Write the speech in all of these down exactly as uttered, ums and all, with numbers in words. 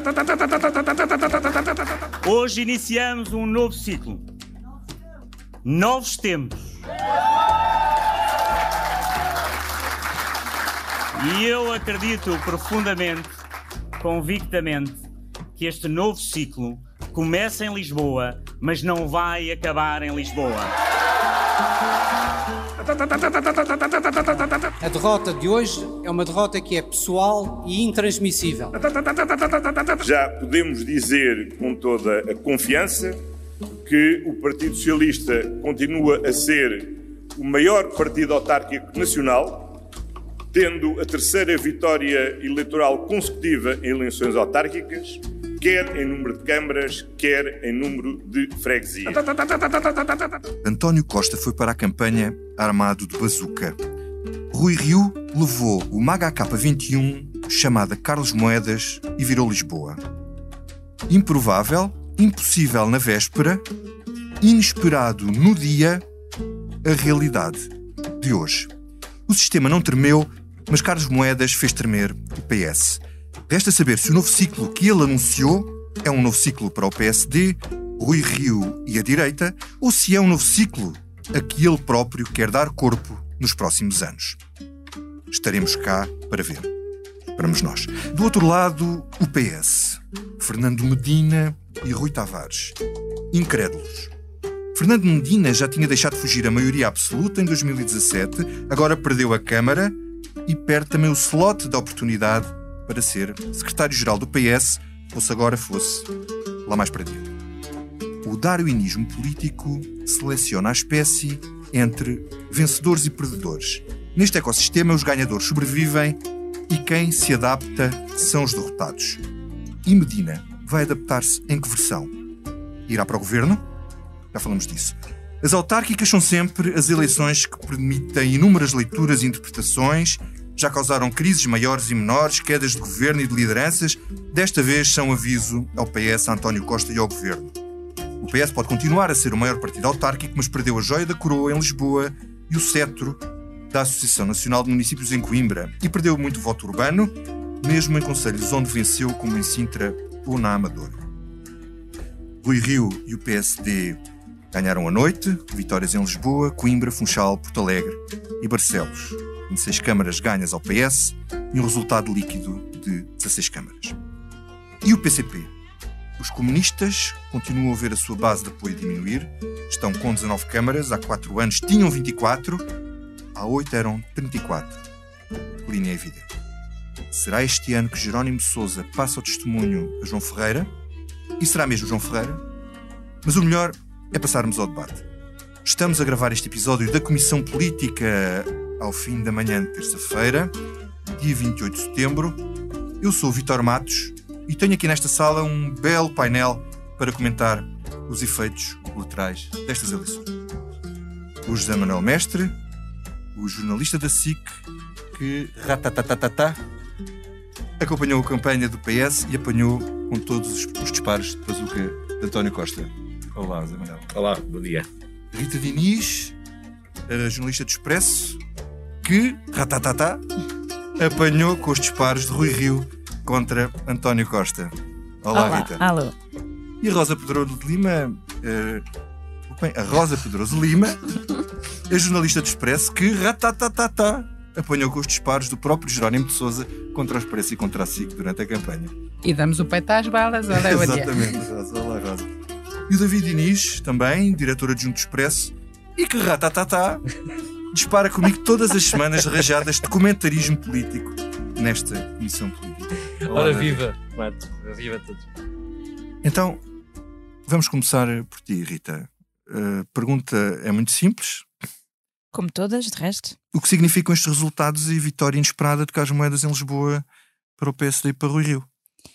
Hoje iniciamos um novo ciclo. Novos tempos. E eu acredito profundamente, convictamente, que este novo ciclo começa em Lisboa, mas não vai acabar em Lisboa. A derrota de hoje é uma derrota que é pessoal e intransmissível. Já podemos dizer com toda a confiança que o Partido Socialista continua a ser o maior partido autárquico nacional, tendo a terceira vitória eleitoral consecutiva em eleições autárquicas, quer em número de câmaras, quer em número de freguesias. António Costa foi para a campanha armado de bazuca. Rui Rio levou o Maga K vinte e um, chamada Carlos Moedas, e virou Lisboa. Improvável, impossível na véspera, inesperado no dia, a realidade de hoje. O sistema não tremeu, mas Carlos Moedas fez tremer o P S. Resta saber se o novo ciclo que ele anunciou é um novo ciclo para o P S D, Rui Rio e a direita, ou se é um novo ciclo a que ele próprio quer dar corpo nos próximos anos. Estaremos cá para ver. Esperamos nós. Do outro lado, o P S. Fernando Medina e Rui Tavares. Incrédulos. Fernando Medina já tinha deixado fugir a maioria absoluta em dois mil e dezassete, agora perdeu a Câmara e perde também o slot da oportunidade para ser secretário-geral do P S, ou se agora fosse lá mais para dentro. O darwinismo político seleciona a espécie entre vencedores e perdedores. Neste ecossistema, os ganhadores sobrevivem e quem se adapta são os derrotados. E Medina vai adaptar-se em que versão? Irá para o governo? Já falamos disso. As autárquicas são sempre as eleições que permitem inúmeras leituras e interpretações. Já causaram crises maiores e menores, quedas de governo e de lideranças. Desta vez são aviso ao P S, a António Costa e ao governo. O P S pode continuar a ser o maior partido autárquico, mas perdeu a joia da coroa em Lisboa e o cetro da Associação Nacional de Municípios em Coimbra. E perdeu muito voto urbano, mesmo em concelhos onde venceu, como em Sintra ou na Amadora. Rui Rio e o P S D ganharam a noite, vitórias em Lisboa, Coimbra, Funchal, Porto Alegre e Barcelos. dezasseis câmaras ganhas ao P S e um resultado líquido de dezasseis câmaras. E o P C P? Os comunistas continuam a ver a sua base de apoio diminuir, estão com dezanove câmaras, há quatro anos tinham vinte e quatro, há oito eram trinta e quatro. A linha é evidente. Será este ano que Jerónimo de Sousa passa o testemunho a João Ferreira? E será mesmo João Ferreira? Mas o melhor é passarmos ao debate. Estamos a gravar este episódio da Comissão Política ao fim da manhã de terça-feira, dia vinte e oito de setembro. Eu sou o Vítor Matos e tenho aqui nesta sala um belo painel para comentar os efeitos colaterais destas eleições. O José Manuel Mestre, o jornalista da S I C, que ratatatatá acompanhou a campanha do P S e apanhou com todos os disparos de bazuca de António Costa. Olá, José Manuel. Olá, bom dia. Rita Diniz, a jornalista do Expresso, que, ratatatá, apanhou com os disparos de Rui Rio contra António Costa. Olá, Olá. Rita. Alô. E a Rosa Pedroso de Lima, uh, bem, a Rosa Pedroso de Lima, a jornalista do Expresso, que, ratatatá, apanhou com os disparos do próprio Jerónimo de Sousa contra o Expresso e contra a S I C durante a campanha. E damos o peito às balas, olha o dia. Exatamente, Rosa. Olá, Rosa. E o David Diniz, também, diretor adjunto do Expresso, e que, ratatatá, dispara comigo todas as semanas rajadas de comentarismo político nesta comissão política. Olá, Ora, David. viva, Mato, viva a todos. Então, vamos começar por ti, Rita. A pergunta é muito simples. Como todas, de resto. O que significam estes resultados e vitória inesperada de Carlos Moedas em Lisboa para o P S D e para Rui Rio?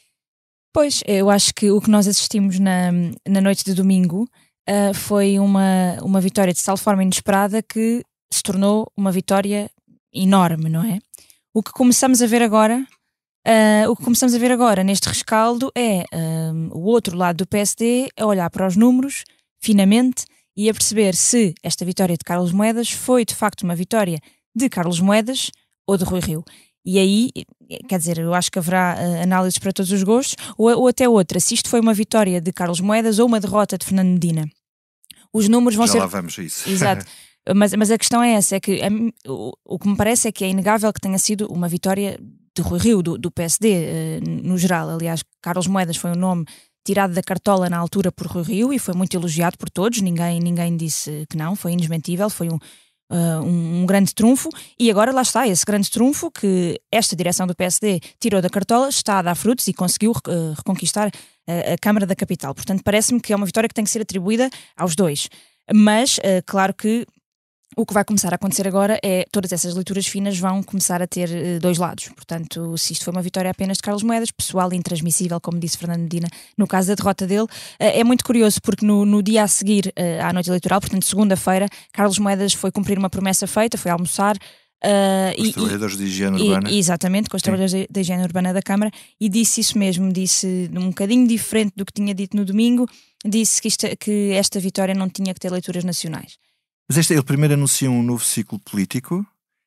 Pois, eu acho que o que nós assistimos na, na noite de domingo uh, foi uma, uma vitória de tal forma inesperada que se tornou uma vitória enorme, não é? O que começamos a ver agora, uh, o que começamos a ver agora neste rescaldo é um, o outro lado do P S D a olhar para os números, finamente, e a perceber se esta vitória de Carlos Moedas foi de facto uma vitória de Carlos Moedas ou de Rui Rio. E aí, quer dizer, eu acho que haverá uh, análises para todos os gostos, ou, ou até outra, se isto foi uma vitória de Carlos Moedas ou uma derrota de Fernando Medina. Os números vão Já ser... lá vamos a isso. Exato. Mas, mas a questão é essa, é que a, o, o que me parece é que é inegável que tenha sido uma vitória de Rui Rio, do, do P S D, uh, no geral. Aliás, Carlos Moedas foi um nome tirado da cartola na altura por Rui Rio e foi muito elogiado por todos, ninguém, ninguém disse que não, foi indesmentível, foi um, uh, um, um grande trunfo, e agora lá está, esse grande trunfo que esta direção do P S D tirou da cartola está a dar frutos e conseguiu uh, reconquistar uh, a Câmara da Capital. Portanto, parece-me que é uma vitória que tem que ser atribuída aos dois. Mas, uh, claro que o que vai começar a acontecer agora é todas essas leituras finas vão começar a ter uh, dois lados. Portanto, se isto foi uma vitória apenas de Carlos Moedas, pessoal e intransmissível, como disse Fernando Medina, no caso da derrota dele, uh, é muito curioso porque no, no dia a seguir uh, à noite eleitoral, portanto segunda-feira, Carlos Moedas foi cumprir uma promessa feita, foi almoçar. Uh, com os e, trabalhadores de higiene e, urbana. Exatamente, com os trabalhadores da higiene urbana da Câmara, e disse isso mesmo, disse um bocadinho diferente do que tinha dito no domingo, disse que, isto, que esta vitória não tinha que ter leituras nacionais. Mas este, ele primeiro anuncia um novo ciclo político.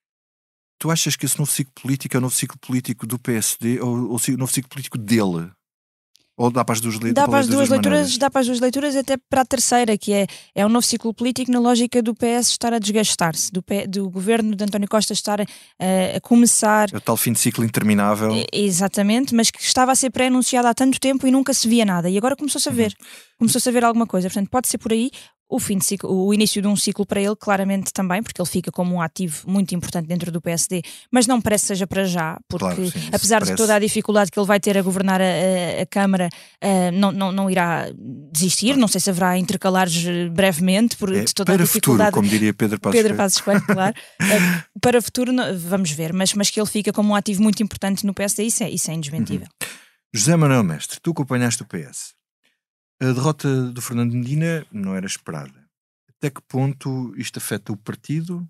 Tu achas que esse novo ciclo político é o novo ciclo político do P S D ou, ou o novo ciclo político dele? Ou dá para as duas, dá para as duas leituras? maneiras? Dá para as duas leituras, até para a terceira, que é, é um novo ciclo político na lógica do P S estar a desgastar-se, do, P, do governo de António Costa estar a, a começar... É o tal fim de ciclo interminável. É, exatamente, mas que estava a ser pré-anunciado há tanto tempo e nunca se via nada. E agora começou-se a ver. Uhum. Começou-se a ver alguma coisa. Portanto, pode ser por aí. O, fim de ciclo, o início de um ciclo para ele, claramente também, porque ele fica como um ativo muito importante dentro do P S D, mas não parece que seja para já, porque claro, sim, apesar parece... de toda a dificuldade que ele vai ter a governar a, a, a Câmara, uh, não, não, não irá desistir, claro. Não sei se haverá intercalares brevemente, por é, de toda para a dificuldade. Futuro, como diria Pedro Passos Pedro Passos Coelho, claro. uh, para o futuro, vamos ver, mas, mas que ele fica como um ativo muito importante no P S D, isso é, isso é indesmentível. Uhum. José Manuel Mestre, tu acompanhaste o P S. A derrota do Fernando Medina não era esperada. Até que ponto isto afeta o partido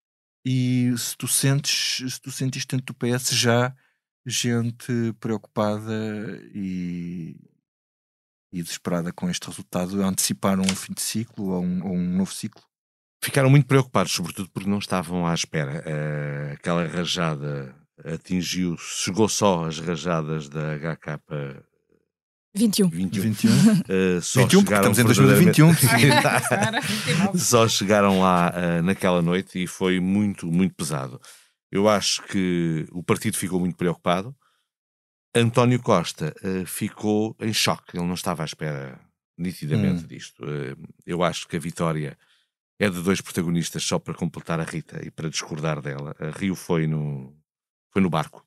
e se tu sentes, se tu sentiste dentro do P S já gente preocupada e, e desesperada com este resultado, a antecipar um fim de ciclo ou um, ou um novo ciclo? Ficaram muito preocupados, sobretudo porque não estavam à espera. Uh, aquela rajada atingiu, chegou só às rajadas da H K vinte e um. vinte e um. vinte e um. Uh, só vinte e um, chegaram estamos em dois mil e vinte e um. Só chegaram lá uh, naquela noite e foi muito, muito pesado. Eu acho que o partido ficou muito preocupado. António Costa uh, ficou em choque. Ele não estava à espera nitidamente hum. disto. Uh, eu acho que a vitória é de dois protagonistas só para completar a Rita e para discordar dela. A Rio foi no, foi no barco.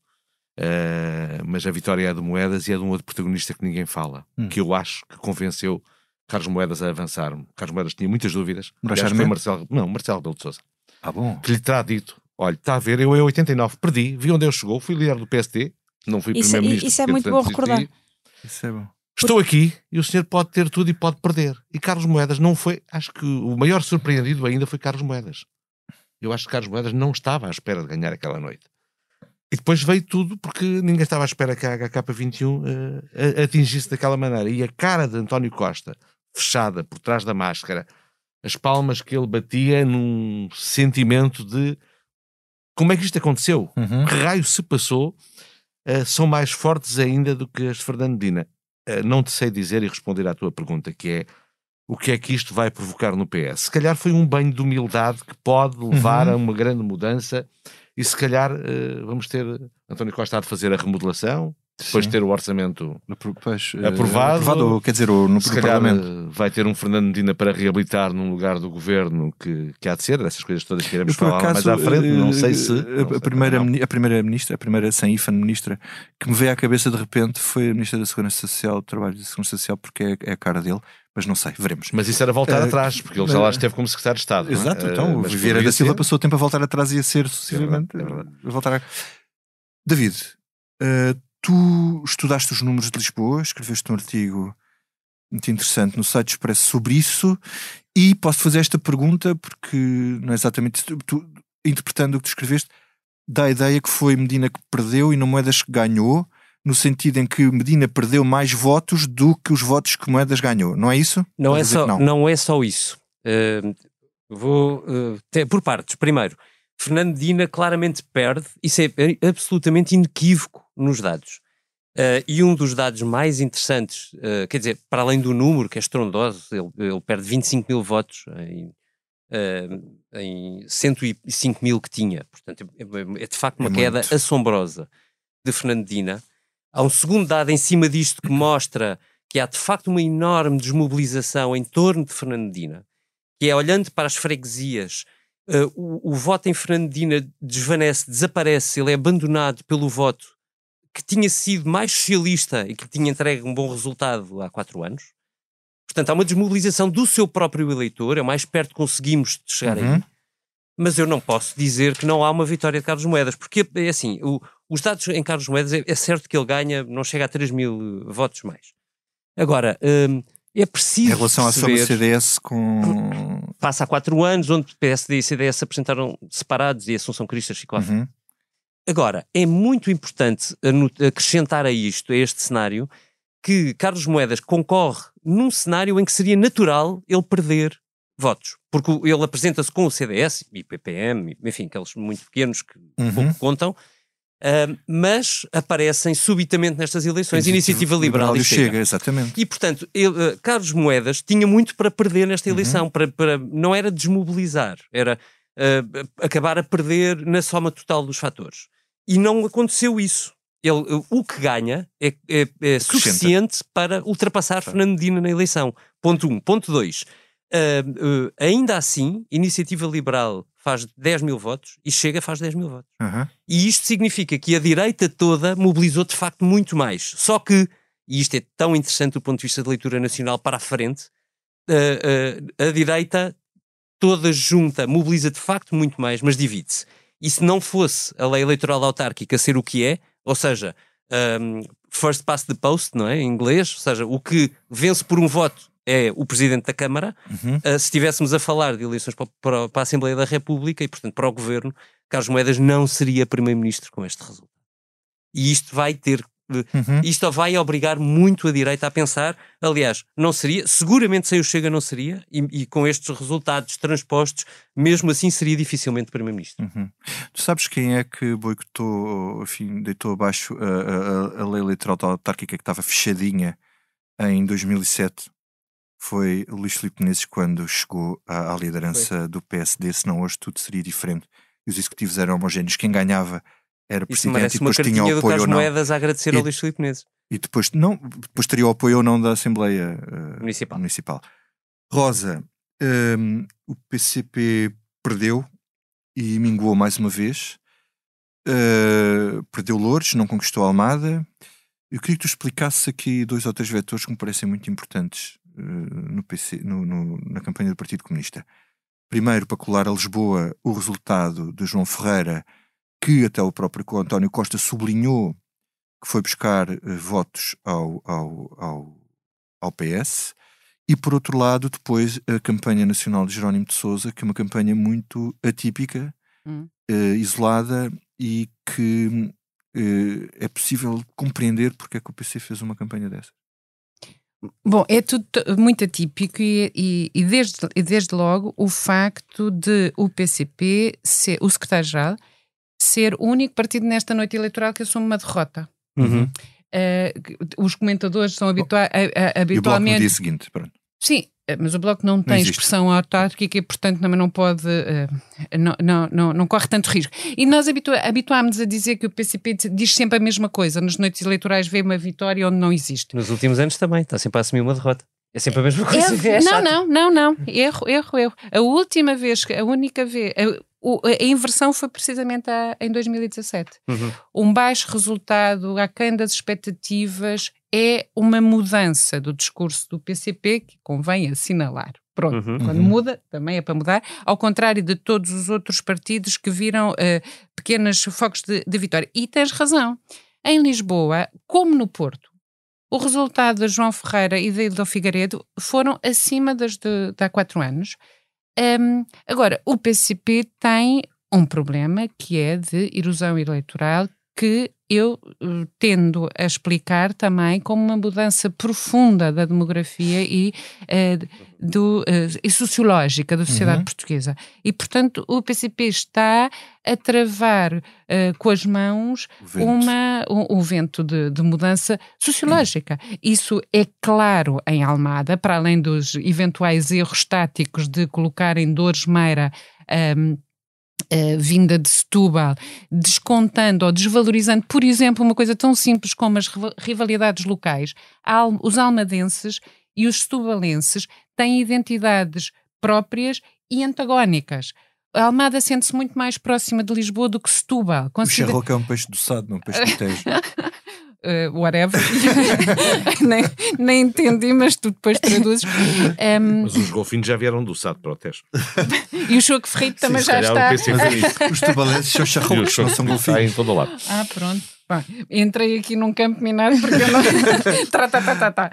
Uh, mas a vitória é de Moedas e é de um outro protagonista que ninguém fala, hum. que eu acho que convenceu Carlos Moedas a avançar. Carlos Moedas tinha muitas dúvidas. Acho que foi Marcelo, não, Marcelo Rebelo de Sousa. Ah, bom. Que lhe terá dito: olha, está a ver, eu em oitenta e nove perdi, vi onde eu chegou, fui líder do P S D, não fui isso, primeiro-ministro. Isso é muito bom recordar. Isso é bom. Estou aqui e o senhor pode ter tudo e pode perder. E Carlos Moedas não foi, acho que o maior surpreendido ainda foi Carlos Moedas. Eu acho que Carlos Moedas não estava à espera de ganhar aquela noite. E depois veio tudo porque ninguém estava à espera que a H K vinte e um uh, atingisse daquela maneira. E a cara de António Costa, fechada por trás da máscara, as palmas que ele batia num sentimento de como é que isto aconteceu? Uhum. Que raio se passou? Uh, são mais fortes ainda do que as de Fernando Medina. Uh, não te sei dizer e responder à tua pergunta, que é o que é que isto vai provocar no P S. Se calhar foi um banho de humildade que pode levar uhum. a uma grande mudança. E se calhar uh, vamos ter António Costa a de fazer a remodelação, depois de ter o orçamento pois, aprovado, aprovado, quer dizer, no, se no calhar Parlamento. Vai ter um Fernando Medina para reabilitar num lugar do governo que, que há de ser, dessas coisas todas que iremos falar acaso, mais à frente, não sei se... A, não sei a, primeira, não. a primeira ministra, a primeira sem I F A ministra, que me veio à cabeça de repente foi a ministra da Segurança Social, do Trabalho e da Segurança Social, porque é, é a cara dele. Mas não sei, veremos. Mas isso era voltar uh, atrás, porque ele já lá esteve como secretário de Estado. Exato, não é? Então uh, o Vieira da Silva passou o tempo a voltar atrás e a ser sucessivamente. É verdade, é a voltar a... David, uh, tu estudaste os números de Lisboa, escreveste um artigo muito interessante no site Expresso sobre isso e posso fazer esta pergunta porque não é exatamente isso. Tu, interpretando o que tu escreveste, dá a ideia que foi Medina que perdeu e não Moedas que ganhou, no sentido em que Medina perdeu mais votos do que os votos que Moedas ganhou, não é isso? Não, é só, não. não é só isso. Uh, vou uh, ter, por partes. Primeiro, Fernando Medina claramente perde, isso é absolutamente inequívoco nos dados. Uh, e um dos dados mais interessantes, uh, quer dizer, para além do número, que é estrondoso, ele, ele perde vinte e cinco mil votos em, uh, em cento e cinco mil que tinha. Portanto, é, é de facto uma é queda muito. assombrosa de Fernando Medina. Há um segundo dado em cima disto que mostra que há de facto uma enorme desmobilização em torno de Fernando Medina, que é, olhando para as freguesias, uh, o, o voto em Fernando Medina desvanece, desaparece, ele é abandonado pelo voto que tinha sido mais socialista e que tinha entregue um bom resultado há quatro anos. Portanto, há uma desmobilização do seu próprio eleitor, é o mais perto que conseguimos de chegar uhum. aí. Mas eu não posso dizer que não há uma vitória de Carlos Moedas, porque, é assim, o, os dados em Carlos Moedas, é, é certo que ele ganha, não chega a três mil votos mais. Agora, hum, é preciso em relação perceber, à soma C D S com... Passa há quatro anos, onde P S D e C D S se apresentaram separados e Assunção Cristas ficou à frente. Uhum. Agora, é muito importante acrescentar a isto, a este cenário, que Carlos Moedas concorre num cenário em que seria natural ele perder votos. Porque ele apresenta-se com o C D S e P P M, enfim, aqueles muito pequenos que uhum. pouco contam, uh, mas aparecem subitamente nestas eleições Iniciativa Liberal, Liberal e Chega. Chega. Exatamente. E, portanto, ele, uh, Carlos Moedas tinha muito para perder nesta eleição. Uhum. Para, para, não era desmobilizar, era uh, acabar a perder na soma total dos fatores. E não aconteceu isso. Ele, o que ganha é, é, é suficiente para ultrapassar claro. Fernando Medina na eleição. Ponto um. Ponto dois. Uh, uh, ainda assim, Iniciativa Liberal faz dez mil votos e Chega faz dez mil votos. Uhum. E isto significa que a direita toda mobilizou de facto muito mais. Só que, e isto é tão interessante do ponto de vista de leitura nacional para a frente, uh, uh, a direita toda junta mobiliza de facto muito mais, mas divide-se. E se não fosse a lei eleitoral autárquica ser o que é, ou seja, um, first past the post, não é? Em inglês, ou seja, o que vence por um voto é o Presidente da Câmara, uhum. uh, se estivéssemos a falar de eleições para, para, para a Assembleia da República e, portanto, para o Governo, Carlos Moedas não seria Primeiro-Ministro com este resultado. E isto vai ter... Uhum. Isto vai obrigar muito a direita a pensar, aliás, não seria, seguramente sem o Chega não seria, e, e com estes resultados transpostos, mesmo assim seria dificilmente Primeiro-Ministro. Uhum. Tu sabes quem é que boicotou, enfim, deitou abaixo a, a, a lei eleitoral autárquica que estava fechadinha em dois mil e sete? Foi Luís Filipe Menezes quando chegou à, à liderança Foi. do P S D, senão hoje tudo seria diferente. E os executivos eram homogéneos. Quem ganhava era presidente e depois tinha o apoio ou não. Moedas a agradecer e, ao Luís Filipe Menezes. E depois, não, depois teria o apoio ou não da Assembleia uh, Municipal. Municipal. Rosa, um, o P C P perdeu e minguou mais uma vez. Uh, perdeu Loures, não conquistou Almada. Eu queria que tu explicasses aqui dois ou três vetores que me parecem muito importantes uh, no P C, no, no, na campanha do Partido Comunista. Primeiro, para colar a Lisboa o resultado de João Ferreira, que até o próprio António Costa sublinhou que foi buscar uh, votos ao, ao, ao, ao P S, e por outro lado depois a campanha nacional de Jerónimo de Sousa, que é uma campanha muito atípica, hum. uh, isolada, e que uh, é possível compreender porque é que o P C fez uma campanha dessa. Bom, é tudo muito atípico e, e, e, desde, e desde logo o facto de o P C P ser o secretário-geral ser o único partido nesta noite eleitoral que assume uma derrota. Uhum. Uh, os comentadores são habitua a, a, habitualmente... E o Bloco no dia seguinte, pronto. Sim, mas o Bloco não tem não expressão autárquica e, portanto, também não pode... Uh, não, não, não, não corre tanto risco. E nós habitua, habituámos a dizer que o P C P diz sempre a mesma coisa. Nas noites eleitorais vê uma vitória onde não existe. Nos últimos anos também. Está sempre a assumir uma derrota. É sempre a mesma coisa. É, não, não, não, não. Erro, erro, erro. A última vez, a única vez... A, a inversão foi precisamente a, em dois mil e dezassete. Uhum. Um baixo resultado, aquém das expectativas, é uma mudança do discurso do P C P que convém assinalar. Pronto, uhum. quando uhum. muda, também é para mudar, ao contrário de todos os outros partidos que viram uh, pequenos focos de, de vitória. E tens razão. Em Lisboa, como no Porto, o resultado de João Ferreira e de Hildo Figueiredo foram acima das de, de há quatro anos. Um, agora, o P C P tem um problema que é de erosão eleitoral que eu uh, tendo a explicar também como uma mudança profunda da demografia e, uh, do, uh, e sociológica da sociedade uhum. portuguesa. E, portanto, o P C P está a travar uh, com as mãos o vento, uma, o, o vento de, de mudança sociológica. Uhum. Isso é claro em Almada, para além dos eventuais erros táticos de colocar em Dores Meira um, Uh, vinda de Setúbal, descontando ou desvalorizando, por exemplo, uma coisa tão simples como as rivalidades locais. Al- os almadenses e os setubalenses têm identidades próprias e antagónicas. A Almada sente-se muito mais próxima de Lisboa do que Setúbal. Considera... O charroque é um peixe doçado, não um peixe de Tejo. Uh, whatever. nem, nem entendi, mas tu depois traduzes. Um... Mas os golfinhos já vieram do Sado para o Tejo. E o choco ferrito também Sim, já está. Os tubalenses são charrocos, não são golfinhos. Está em todo o lado. Ah, pronto. Bom, entrei aqui num campo minado porque eu não... tá, tá, tá, tá, tá.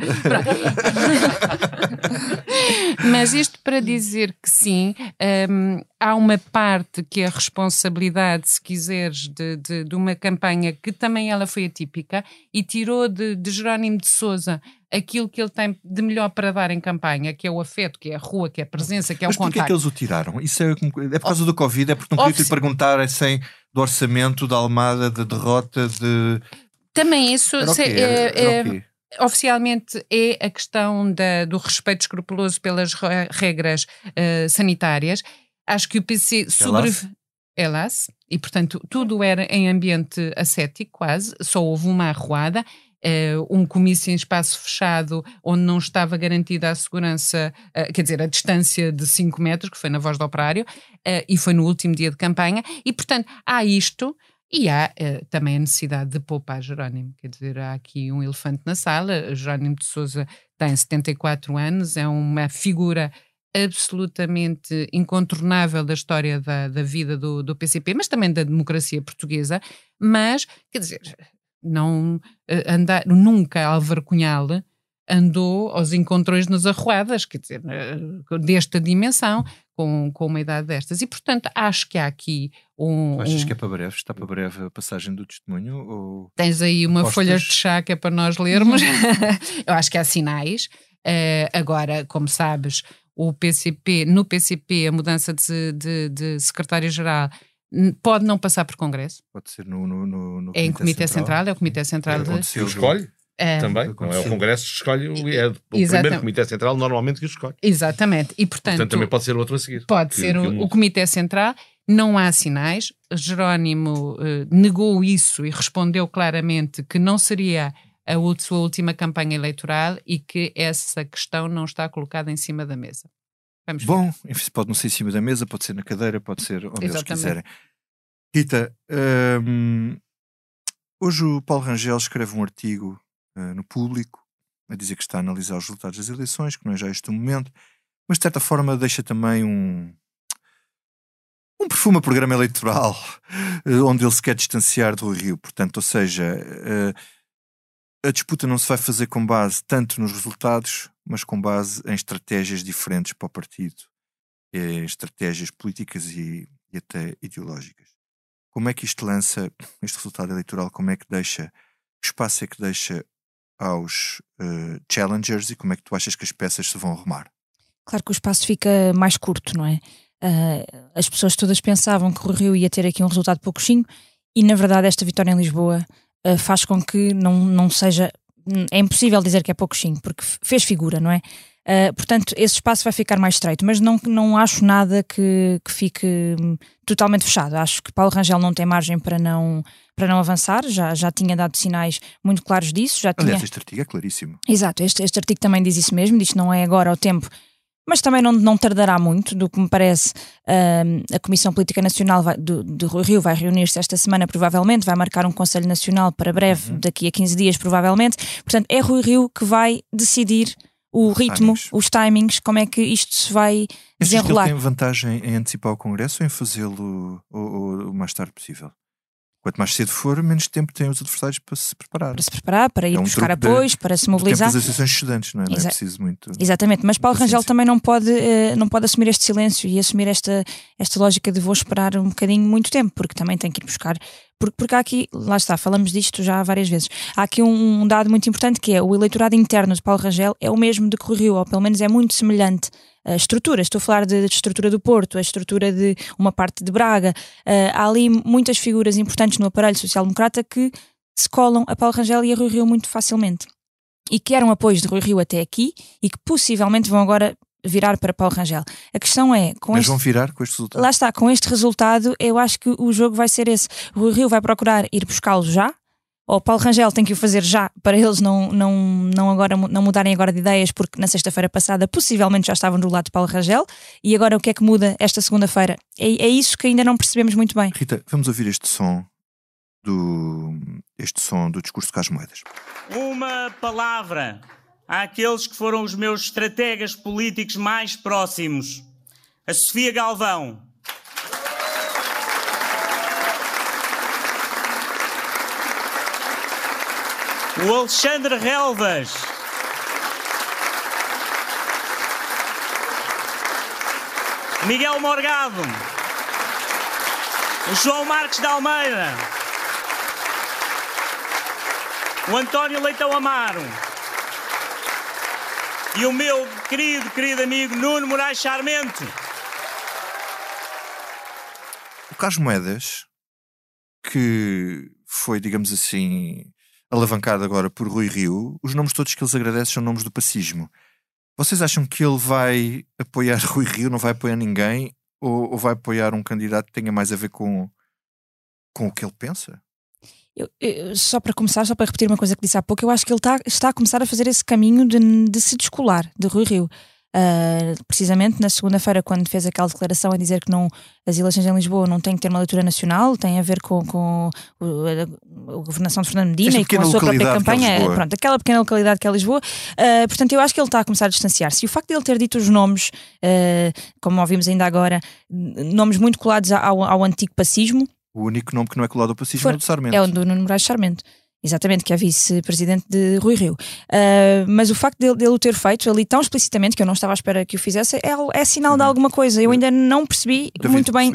Mas isto para dizer que sim, um, há uma parte que é a responsabilidade, se quiseres, de, de, de uma campanha que também ela foi atípica e tirou de, de Jerónimo de Sousa aquilo que ele tem de melhor para dar em campanha, que é o afeto, que é a rua, que é a presença, que é Mas o contacto. Mas porquê é que eles o tiraram? Isso é, é por causa do Covid? É porque não queria te perguntar sem do orçamento, da Almada, da derrota, de... Também isso... Era se, okay, é, era é, okay. Oficialmente é a questão da, do respeito escrupuloso pelas regras uh, sanitárias. Acho que o P C sobrevive... Elas. E, portanto, tudo era em ambiente ascético, quase. Só houve uma arruada. Uh, um comício em espaço fechado onde não estava garantida a segurança, uh, quer dizer, a distância de cinco metros, que foi na Voz do Operário, uh, e foi no último dia de campanha, e portanto há isto, e há uh, também a necessidade de poupar Jerónimo, quer dizer, há aqui um elefante na sala. Jerónimo de Sousa tem setenta e quatro anos, é uma figura absolutamente incontornável da história da, da vida do, do P C P, mas também da democracia portuguesa, mas, quer dizer... Não andar, nunca Álvaro Cunhal andou aos encontrões nas arruadas, quer dizer, desta dimensão, com, com uma idade destas. E, portanto, acho que há aqui um... Tu achas um... que é para breve? Está para breve a passagem do testemunho? Ou... Tens aí uma apostas? folha de chá que é para nós lermos. Eu acho que há sinais. Uh, agora, como sabes, o P C P, no P C P, a mudança de, de, de secretário-geral pode não passar por Congresso. Pode ser no, no, no, no é em Comitê Central. Central, é o Comitê Central. É, de... Se o escolhe, é, também. Não é o Congresso que escolhe, é o Exatamente. primeiro Comitê Central normalmente que o escolhe. Exatamente. E, portanto, portanto, também pode ser outro a seguir. Pode que, ser que o, o Comitê Central. Não há sinais. Jerónimo eh, negou isso e respondeu claramente que não seria a sua última campanha eleitoral e que essa questão não está colocada em cima da mesa. Vamos Bom, ver. Pode não ser em cima da mesa, pode ser na cadeira, pode ser onde Exatamente. Eles quiserem. Rita, hum, hoje o Paulo Rangel escreve um artigo uh, no Público a dizer que está a analisar os resultados das eleições, que não é já este o momento, mas de certa forma deixa também um, um perfume a programa eleitoral uh, onde ele se quer distanciar do Rio. Portanto, ou seja, uh, a disputa não se vai fazer com base tanto nos resultados, mas com base em estratégias diferentes para o partido, em estratégias políticas e, e até ideológicas. Como é que isto lança, este resultado eleitoral, como é que deixa, que espaço é que deixa aos uh, challengers e como é que tu achas que as peças se vão arrumar? Claro que o espaço fica mais curto, não é? Uh, as pessoas todas pensavam que o Rio ia ter aqui um resultado pouquinho e na verdade esta vitória em Lisboa uh, faz com que não, não seja, é impossível dizer que é pouquinho, porque fez figura, não é? Uh, portanto, esse espaço vai ficar mais estreito, mas não, não acho nada que, que fique totalmente fechado. Acho que Paulo Rangel não tem margem para não, para não avançar, já, já tinha dado sinais muito claros disso. Já Aliás, tinha... este artigo é claríssimo. Exato, este, este artigo também diz isso mesmo, diz que não é agora o tempo, mas também não, não tardará muito, do que me parece. Uh, a Comissão Política Nacional vai, do, do Rio vai reunir-se esta semana provavelmente, vai marcar um Conselho Nacional para breve, uhum. daqui a quinze dias provavelmente. Portanto, é Rui Rio que vai decidir o ritmo, timings. os timings, como é que isto se vai desenrolar. Ele tem vantagem em antecipar o Congresso ou em fazê-lo o, o, o mais tarde possível? Quanto mais cedo for, menos tempo têm os adversários para se preparar. Para se preparar, para ir é um buscar apoios, de, para se mobilizar. Das associações de estudantes, não é? Não é preciso muito. Exatamente, mas Paulo Rangel também não pode, uh, não pode assumir este silêncio e assumir esta, esta lógica de vou esperar um bocadinho muito tempo, porque também tem que ir buscar. Porque, porque há aqui, lá está, falamos disto já várias vezes. Há aqui um, um dado muito importante que é o eleitorado interno de Paulo Rangel é o mesmo de que Rui Rio, ou pelo menos é muito semelhante. A estrutura, estou a falar de, de estrutura do Porto, a estrutura de uma parte de Braga, uh, há ali muitas figuras importantes no aparelho social-democrata que se colam a Paulo Rangel e a Rui Rio muito facilmente e que eram apoios de Rui Rio até aqui e que possivelmente vão agora virar para Paulo Rangel. A questão é... Com Mas este... vão virar com este resultado? Lá está, com este resultado eu acho que o jogo vai ser esse. Rui Rio vai procurar ir buscá-lo já, ou Paulo Rangel tem que o fazer já para eles não, não, não, agora, não mudarem agora de ideias, porque na sexta-feira passada possivelmente já estavam do lado de Paulo Rangel e agora o que é que muda esta segunda-feira? É, é isso que ainda não percebemos muito bem. Rita, vamos ouvir este som do, este som do discurso de Carlos Moedas. Uma palavra àqueles que foram os meus estrategas políticos mais próximos. A Sofia Galvão, o Alexandre Relvas, Miguel Morgado, o João Marques de Almeida, o António Leitão Amaro e o meu querido, querido amigo Nuno Moraes Charmento. O Carlos Moedas, que foi, digamos assim, alavancado agora por Rui Rio, os nomes todos que eles agradecem são nomes do pacismo. Vocês acham que ele vai apoiar Rui Rio, não vai apoiar ninguém, ou, ou vai apoiar um candidato que tenha mais a ver com, com o que ele pensa? Eu, eu, só para começar, só para repetir uma coisa que disse há pouco, eu acho que ele está, está a começar a fazer esse caminho de, de se descolar de Rui Rio. Uh, precisamente na segunda-feira, quando fez aquela declaração a dizer que não, as eleições em Lisboa não têm que ter uma leitura nacional, tem a ver com, com a, a governação de Fernando Medina e com a sua própria campanha, é pronto, aquela pequena localidade que é Lisboa. Uh, portanto, eu acho que ele está a começar a distanciar-se. E o facto de ele ter dito os nomes, uh, como ouvimos ainda agora, nomes muito colados ao, ao antigo pacismo. O único nome que não é colado ao pacismo For, é o do Sarmento. É o do Nuno Moraes Charmento. Exatamente, que é vice-presidente de Rui Rio. Uh, mas o facto dele, dele o ter feito ali tão explicitamente, que eu não estava à espera que o fizesse, é, é sinal de alguma coisa. Eu ainda não percebi David, muito bem.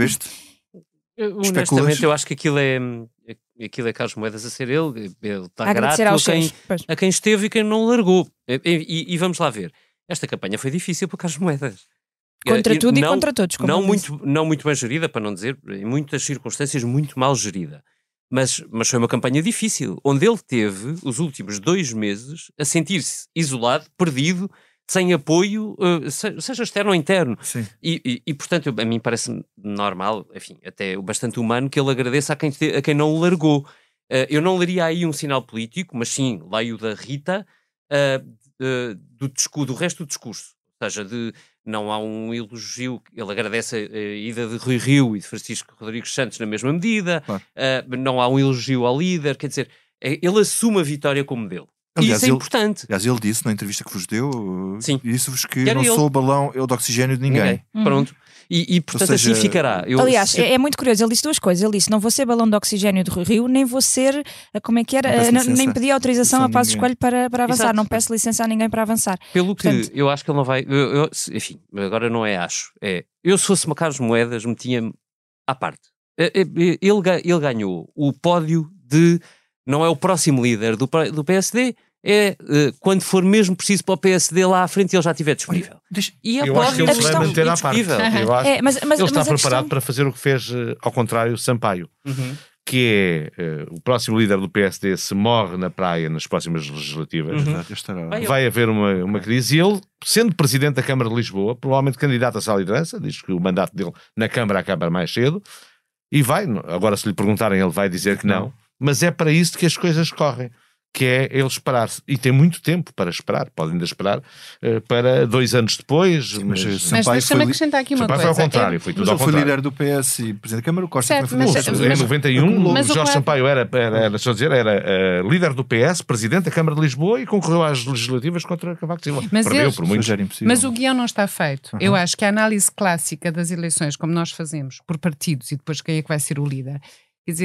Eu, honestamente, eu acho que aquilo é, aquilo é Carlos Moedas a ser ele. Ele está grato a quem, a quem esteve e quem não largou. E, e, e vamos lá ver. Esta campanha foi difícil para Carlos Moedas. Contra e, tudo não, e contra todos. Como não, muito, não muito bem gerida, para não dizer, em muitas circunstâncias, muito mal gerida. Mas, mas foi uma campanha difícil, onde ele teve os últimos dois meses a sentir-se isolado, perdido, sem apoio, uh, seja externo ou interno. E, e, e, portanto, eu, a mim parece normal, enfim, até bastante humano, que ele agradeça a quem, te, a quem não o largou. Uh, eu não leria aí um sinal político, mas sim, leio da Rita, uh, uh, do, discurso, do resto do discurso. Ou seja, de, não há um elogio, ele agradece a, a ida de Rui Rio e de Francisco Rodrigues Santos na mesma medida, claro. uh, não há um elogio ao líder, quer dizer, é, ele assume a vitória como dele. Aliás, e isso é ele, importante. Aliás, ele disse na entrevista que vos deu, Sim. disse-vos que não ele. sou o balão eu de oxigênio de ninguém. ninguém. Uhum. Pronto. E, e portanto seja, assim ficará. Eu, Aliás, se... é, é muito curioso, ele disse duas coisas. Ele disse, não vou ser balão de oxigênio de Rui Rio, nem vou ser, como é que era, não, nem pedi autorização a Passos Coelho para, para avançar. Exato. Não peço licença a ninguém para avançar. Pelo Portanto, que eu acho que ele não vai, eu, eu, enfim, agora não é acho, é, eu se fosse uma Carlos Moedas metia-me à parte. Ele, ele ganhou o pódio de, não é o próximo líder do, do P S D, é uh, quando for mesmo preciso para o P S D lá à frente ele já estiver disponível. Deixa... E eu acho que ele se vai manter à parte. Eu acho é, mas, mas, ele está preparado questão... para fazer o que fez uh, ao contrário Sampaio, uhum. que é uh, o próximo líder do P S D se morre na praia nas próximas legislativas, uhum. vai, vai haver uma, uma crise e ele, sendo presidente da Câmara de Lisboa, provavelmente candidato-se à liderança, diz que o mandato dele na Câmara acaba mais cedo e vai, agora se lhe perguntarem ele vai dizer que não, não. Mas é para isso que as coisas correm. Que é ele esperar, e tem muito tempo para esperar, pode ainda esperar uh, para dois anos depois. Sim, mas mas, mas deixa-me acrescentar aqui uma Sampaio coisa. Foi ao contrário, eu, foi tudo ao foi contrário. líder do P S e presidente da Câmara, o Costa certo, foi mas, mas, Em noventa e um, mas, Jorge mas Sampaio era, era, era, só dizer, era uh, líder do P S, presidente da Câmara de Lisboa e concorreu às legislativas contra Cavaco Silva. Mas, Perdeu eles, por muito. Mas o guião não está feito. Uhum. Eu acho que a análise clássica das eleições, como nós fazemos, por partidos e depois quem é que vai ser o líder, quer dizer,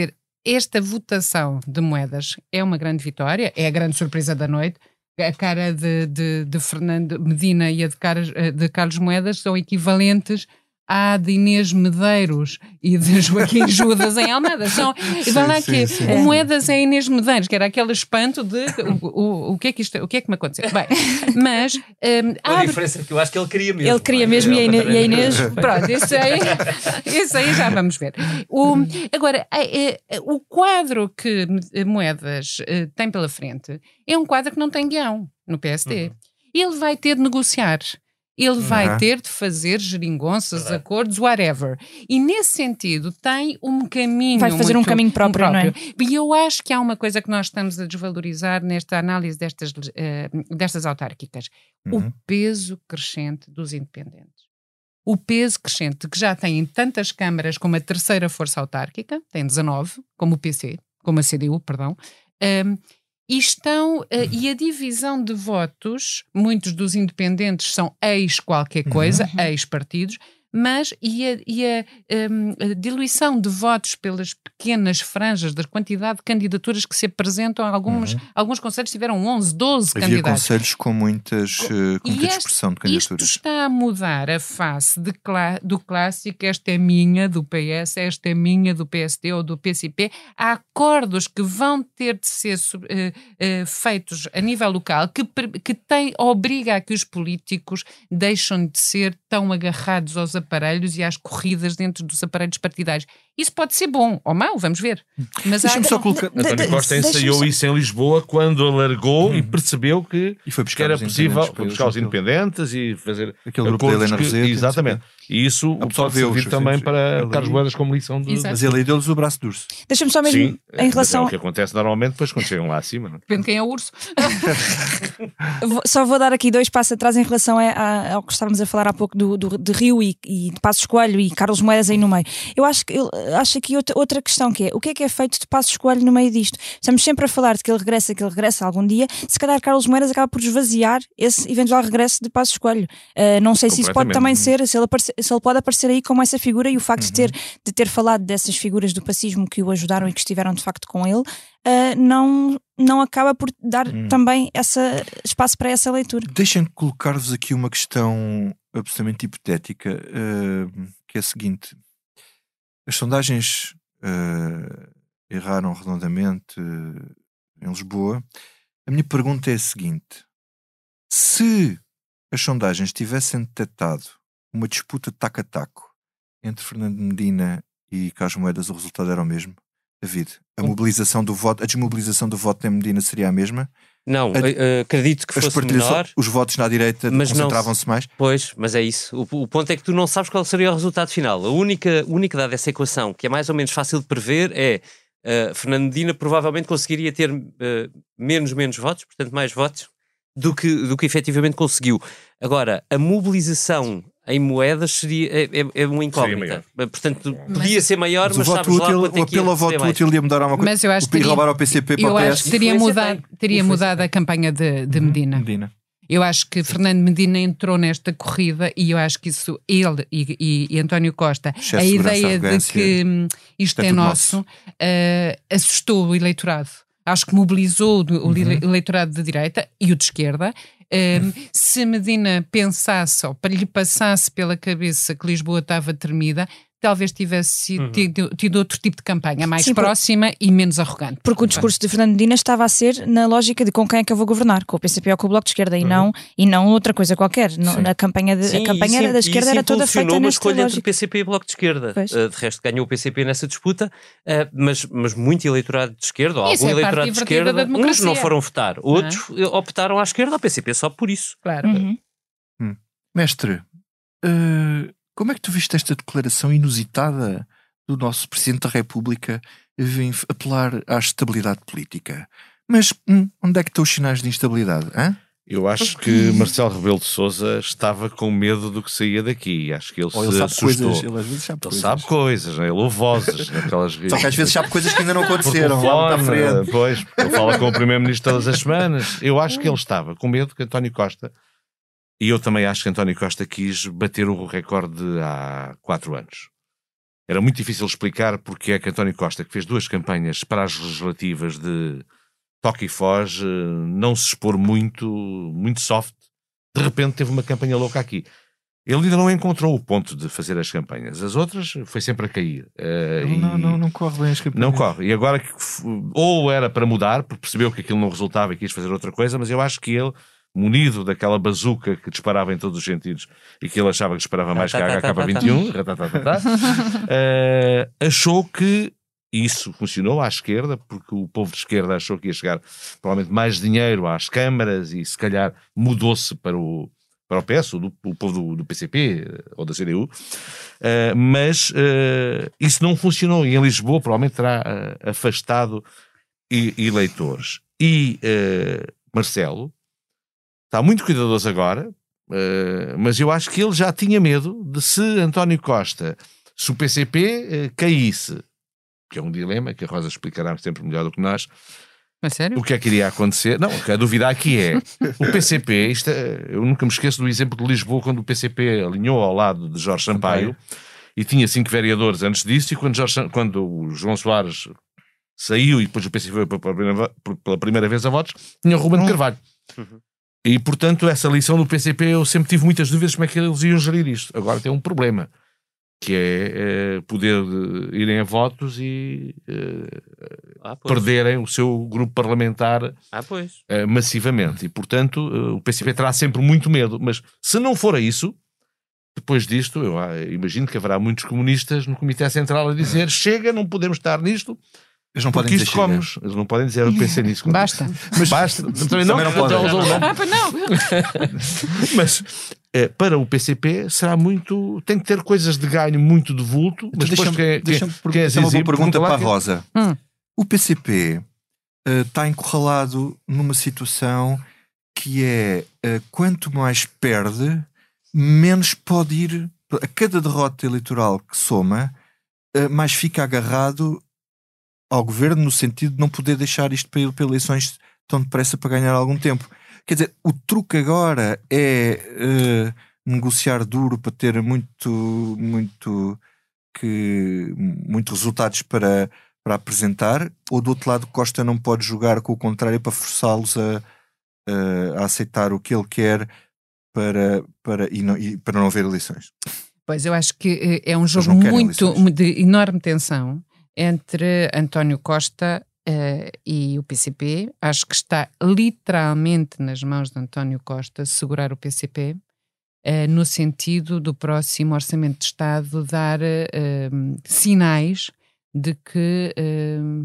esta votação de Moedas é uma grande vitória, é a grande surpresa da noite. A cara de, de, de Fernando Medina e a de, Carlos, de Carlos Moedas são equivalentes à de Inês Medeiros e de Joaquim Judas em Almada. São, sim, vai lá sim, que sim, o sim. Moedas é Inês Medeiros, que era aquele espanto de o, o, o, que, é que isto, o que é que me aconteceu. Bem, mas um, a abre... diferença é que eu acho que ele queria mesmo. Ele queria mesmo, é, e, a Inês, e a Inês. Pronto, isso aí, isso aí já vamos ver. O, agora, é, é, o quadro que Moedas é, tem pela frente é um quadro que não tem guião no P S D. Uhum. Ele vai ter de negociar. Ele vai uhum. ter de fazer geringonças, uhum. acordos, whatever. E nesse sentido tem um caminho Vai fazer muito, um caminho próprio, um próprio, não é? E eu acho que há uma coisa que nós estamos a desvalorizar nesta análise destas, uh, destas autárquicas. Uhum. O peso crescente dos independentes. O peso crescente que já tem em tantas câmaras como a terceira força autárquica, tem dezanove, como o P C, como a C D U, perdão, um, E, estão, uh, e a divisão de votos, muitos dos independentes são ex-qualquer coisa, uhum. ex-partidos, mas e a, e a, um, a diluição de votos pelas pequenas franjas da quantidade de candidaturas que se apresentam, alguns, uhum. alguns conselhos tiveram onze, doze Havia candidatos. Havia conselhos com, muitas, uh, com muita dispersão de candidaturas. Isto está a mudar a face de clá, do clássico, esta é minha, do P S, esta é minha, do P S D ou do P C P. Há acordos que vão ter de ser uh, uh, feitos a nível local que, que tem, obriga a que os políticos deixam de ser tão agarrados aos aparelhos e às corridas dentro dos aparelhos partidários. Isso pode ser bom ou mau, vamos ver. Mas Deixa-me há... só colocar... De, de, António Costa ensaiou só... isso em Lisboa quando alargou hum. e percebeu que, e foi que era possível foi buscar os independentes e fazer aquele grupo da Helena Rosete. Exatamente. E isso pode servir também sim, para Carlos Moedas como lição de... Exato. Mas ele aí deu-lhes o braço de urso. Deixa-me só mesmo sim, em relação... é o que acontece normalmente depois quando chegam lá acima. Não? Depende de quem é o urso. Só vou dar aqui dois passos atrás em relação a, a, ao que estávamos a falar há pouco do, do, de Rio e, e de Passos Coelho e Carlos Moedas aí no meio. Eu acho, que, eu acho aqui outra, outra questão que é, o que é que é feito de Passos Coelho no meio disto? Estamos sempre a falar de que ele regressa, que ele regressa algum dia, se calhar Carlos Moedas acaba por esvaziar esse eventual regresso de Passos Coelho. Uh, não sei se isso pode também ser, se ele, aparecer, se ele pode aparecer aí como essa figura e o facto uhum. de, ter, de ter falado dessas figuras do pacismo que o ajudaram e que estiveram de facto com ele, uh, não, não acaba por dar uhum. também essa, espaço para essa leitura. Deixem-me colocar-vos aqui uma questão absolutamente hipotética, uh, que é a seguinte. As sondagens uh, erraram redondamente uh, em Lisboa. A minha pergunta é a seguinte. Se as sondagens tivessem detectado uma disputa taco a taco entre Fernando Medina e Carlos Moedas, o resultado era o mesmo? David, a mobilização do voto, a desmobilização do voto em Medina seria a mesma? Não, a, acredito que fosse menor. Os votos na direita concentravam-se mais? Pois, mas é isso. O, o ponto é que tu não sabes qual seria o resultado final. A única, única dada dessa equação, que é mais ou menos fácil de prever, é uh, Fernando Medina provavelmente conseguiria ter uh, menos, menos votos, portanto mais votos, do que, do que efetivamente conseguiu. Agora, a mobilização em moedas seria, é, é uma incógnita. Portanto, podia ser maior, mas, mas sabes útil, lá quanto é que ia o apelo ao voto útil ia mudar alguma coisa. Mas eu acho que teria, roubar ao P C P para eu o P S. acho que teria mudado, teria mudado a campanha de, de Medina. Medina. Eu acho que Fernando Medina entrou nesta corrida e eu acho que isso, ele e, e, e António Costa, Excesso a ideia de que hum, isto é, é nosso, nosso. Uh, assustou o eleitorado. Acho que mobilizou o uhum. eleitorado de direita e o de esquerda. Um, se Medina pensasse ou lhe passasse pela cabeça que Lisboa estava tremida, talvez tivesse uhum. tido, tido outro tipo de campanha, mais Sim, próxima por... e menos arrogante. Porque o discurso de Fernando Medina estava a ser na lógica de com quem é que eu vou governar, com o P C P ou com o Bloco de Esquerda, uhum. e, não, e não outra coisa qualquer. Não, na campanha, de, Sim, a campanha sim, da esquerda era toda feita uma nesta escolha lógica. entre P C P e Bloco de Esquerda. Uh, de resto, ganhou o P C P nessa disputa, uh, mas, mas muito eleitorado de esquerda, ou isso algum é eleitorado de esquerda, uns não foram votar, outros ah. optaram à esquerda, ao P C P só por isso. Claro. Uhum. Hum. Mestre, uh, como é que tu viste esta declaração inusitada do nosso Presidente da República vem apelar à estabilidade política? Mas hum, onde é que estão os sinais de instabilidade? Hein? Eu acho que Marcelo Rebelo de Sousa estava com medo do que saía daqui. Acho que ele Ou se ele sabe assustou. Coisas, ele às vezes sabe ele coisas. sabe coisas, né? Ele ouve vozes. Naquelas... Só que às vezes sabe coisas que ainda não aconteceram. Telefone, frente. Pois, ele fala com o Primeiro-Ministro todas as semanas. Eu acho que ele estava com medo que António Costa, e eu também acho que António Costa quis bater o recorde há quatro anos. era muito difícil explicar porque é que António Costa, que fez duas campanhas para as legislativas de toque e foge, não se expor muito, muito soft, de repente teve uma campanha louca aqui. Ele ainda não encontrou o ponto de fazer as campanhas. As outras foi sempre a cair. Uh, não, não, não corre bem as campanhas. Não corre. E agora, ou era para mudar, porque percebeu que aquilo não resultava e quis fazer outra coisa, mas eu acho que ele, munido daquela bazuca que disparava em todos os sentidos e que ele achava que disparava mais que a H K vinte e um, uh, achou que isso funcionou à esquerda, porque o povo de esquerda achou que ia chegar provavelmente mais dinheiro às câmaras e se calhar mudou-se para o para o P S, do, o povo do, do P C P ou da C D U, uh, mas uh, isso não funcionou e em Lisboa provavelmente terá uh, afastado e, eleitores. E uh, Marcelo está muito cuidadoso agora, uh, mas eu acho que ele já tinha medo de se António Costa, se o P C P uh, caísse, que é um dilema que a Rosa explicará sempre melhor do que nós. Mas sério? O que é que iria acontecer? Não, o que a dúvida aqui é o P C P, isto é, eu nunca me esqueço do exemplo de Lisboa, quando o P C P alinhou ao lado de Jorge Sampaio, Sampaio. E tinha cinco vereadores antes disso, e quando, Jorge, quando o João Soares saiu e depois o P C P foi pela primeira, pela primeira vez a votos, tinha o Ruben de Carvalho. Uhum. E portanto essa lição do P C P eu sempre tive muitas dúvidas como é que eles iam gerir isto. Agora tem um problema, que é, é poder uh, irem a votos e uh, ah, perderem o seu grupo parlamentar ah, pois. Uh, massivamente. E, portanto, uh, o P C P terá sempre muito medo. Mas, se não for a isso, depois disto, eu uh, imagino que haverá muitos comunistas no Comitê Central a dizer chega, não podemos estar nisto. Eles não podem dizer comes. Eles não podem dizer, eu pensei nisso. Basta. Mas basta. Também não, não podem. Ah, não. Mas é, para o P C P será muito... Tem que ter coisas de ganho muito de vulto. Mas então, depois deixa-me, que, deixa-me que, que é uma boa pergunta para a que... Rosa. Hum. O P C P uh, está encurralado numa situação que é uh, quanto mais perde, menos pode ir... A cada derrota eleitoral que soma, uh, mais fica agarrado ao governo, no sentido de não poder deixar isto para ir para eleições tão depressa para ganhar algum tempo. Quer dizer, o truque agora é uh, negociar duro para ter muito, muito, que, muito resultados para, para apresentar, ou do outro lado Costa não pode jogar com o contrário para forçá-los a, a, a aceitar o que ele quer para, para, e, não, e para não haver eleições. Pois, eu acho que é um jogo muito de enorme tensão entre António Costa uh, e o P C P. Acho que está literalmente nas mãos de António Costa segurar o P C P, uh, no sentido do próximo Orçamento de Estado dar uh, sinais de que uh,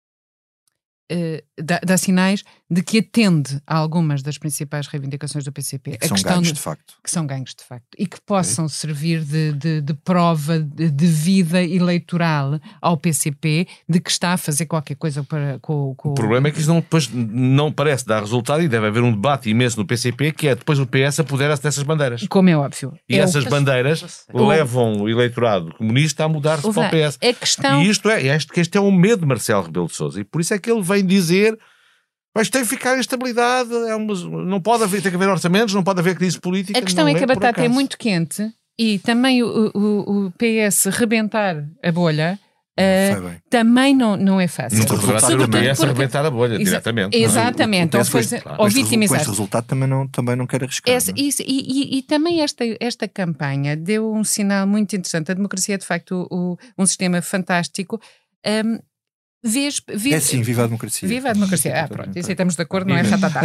uh, dá, dá sinais de que atende a algumas das principais reivindicações do P C P. E que a são ganhos de, de facto. Que são ganhos de facto. E que possam okay. servir de, de, de prova de, de vida eleitoral ao P C P de que está a fazer qualquer coisa para, com, com... O problema é que isso não, depois não parece dar resultado e deve haver um debate imenso no P C P, que é depois o P S apoderar-se dessas bandeiras. Como é óbvio. E é essas o... bandeiras o... levam o eleitorado comunista a mudar-se para o P S. É questão... E isto é, este, este é um medo de Marcelo Rebelo de Sousa. E por isso é que ele vem dizer... Mas tem que ficar em estabilidade, é uma, não pode haver, tem que haver orçamentos, não pode haver crise política. A questão é que a batata é muito quente e também o, o, o P S rebentar a bolha uh, também não, não é fácil. Não poderá ser o P S porque... rebentar a bolha Exa diretamente. Exatamente. Ou, ou, ou, claro. ou vitimizar. Com este resultado também não, também não quero arriscar. Essa, não? Isso, e, e, e também esta, esta campanha deu um sinal muito interessante. A democracia é de facto o, um sistema fantástico. Um, Vês, vês, é sim, viva a democracia. Viva a democracia. Ah, pronto, isso aí estamos de acordo, não é ratatá.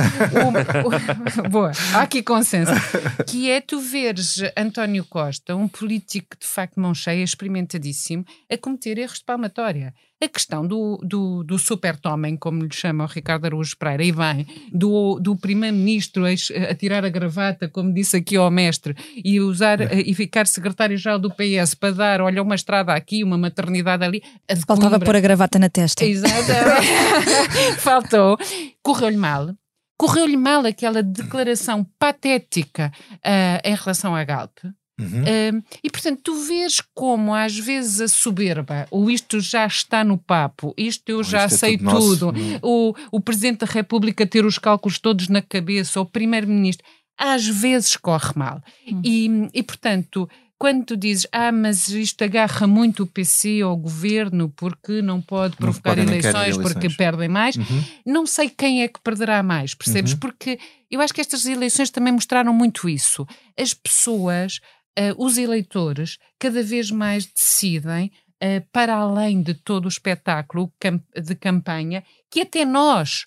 Boa, há aqui consenso. Que é tu veres António Costa, um político de facto mão cheia, experimentadíssimo, a cometer erros de palmatória. A questão do, do, do super-homem, como lhe chama o Ricardo Araújo Pereira, e bem, do, do primeiro-ministro a, a tirar a gravata, como disse aqui ao mestre, e usar é. e ficar secretário-geral do P S para dar, olha, uma estrada aqui, uma maternidade ali. Faltava pôr a gravata na testa. Exatamente. Faltou. Correu-lhe mal. Correu-lhe mal aquela declaração patética uh, em relação à Galp. Uhum. Uh, e portanto tu vês como às vezes a soberba, ou isto já está no papo, isto eu já isto sei é tudo, tudo. O, o Presidente da República ter os cálculos todos na cabeça, o Primeiro-Ministro, às vezes corre mal. Uhum. E, e portanto quando tu dizes, ah, mas isto agarra muito o P C ao governo porque não pode provocar não eleições, eleições porque perdem mais, uhum. não sei quem é que perderá mais, percebes? Uhum. Porque eu acho que estas eleições também mostraram muito isso. As pessoas, uh, os eleitores, cada vez mais decidem, uh, para além de todo o espetáculo de campanha, que até nós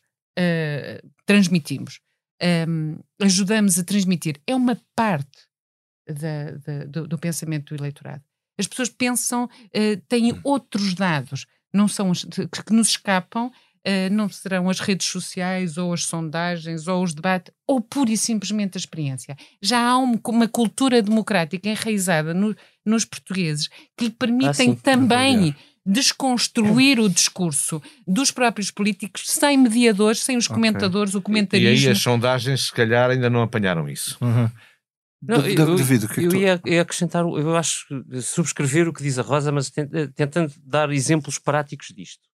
uh, transmitimos, um, ajudamos a transmitir. É uma parte Da, da, do, do pensamento do eleitorado. As pessoas pensam, uh, têm outros dados, não são os, que, que nos escapam, uh, não serão as redes sociais, ou as sondagens, ou os debates, ou pura e simplesmente a experiência. Já há um, uma cultura democrática enraizada no, nos portugueses que lhe permitem ah, também desconstruir o discurso dos próprios políticos sem mediadores, sem os okay. comentadores, o comentarismo. E aí as sondagens, se calhar, ainda não apanharam isso. Uhum. Não, eu, David, que eu, eu ia, ia acrescentar, eu acho, subscrever o que diz a Rosa, mas tentando dar exemplos práticos disto.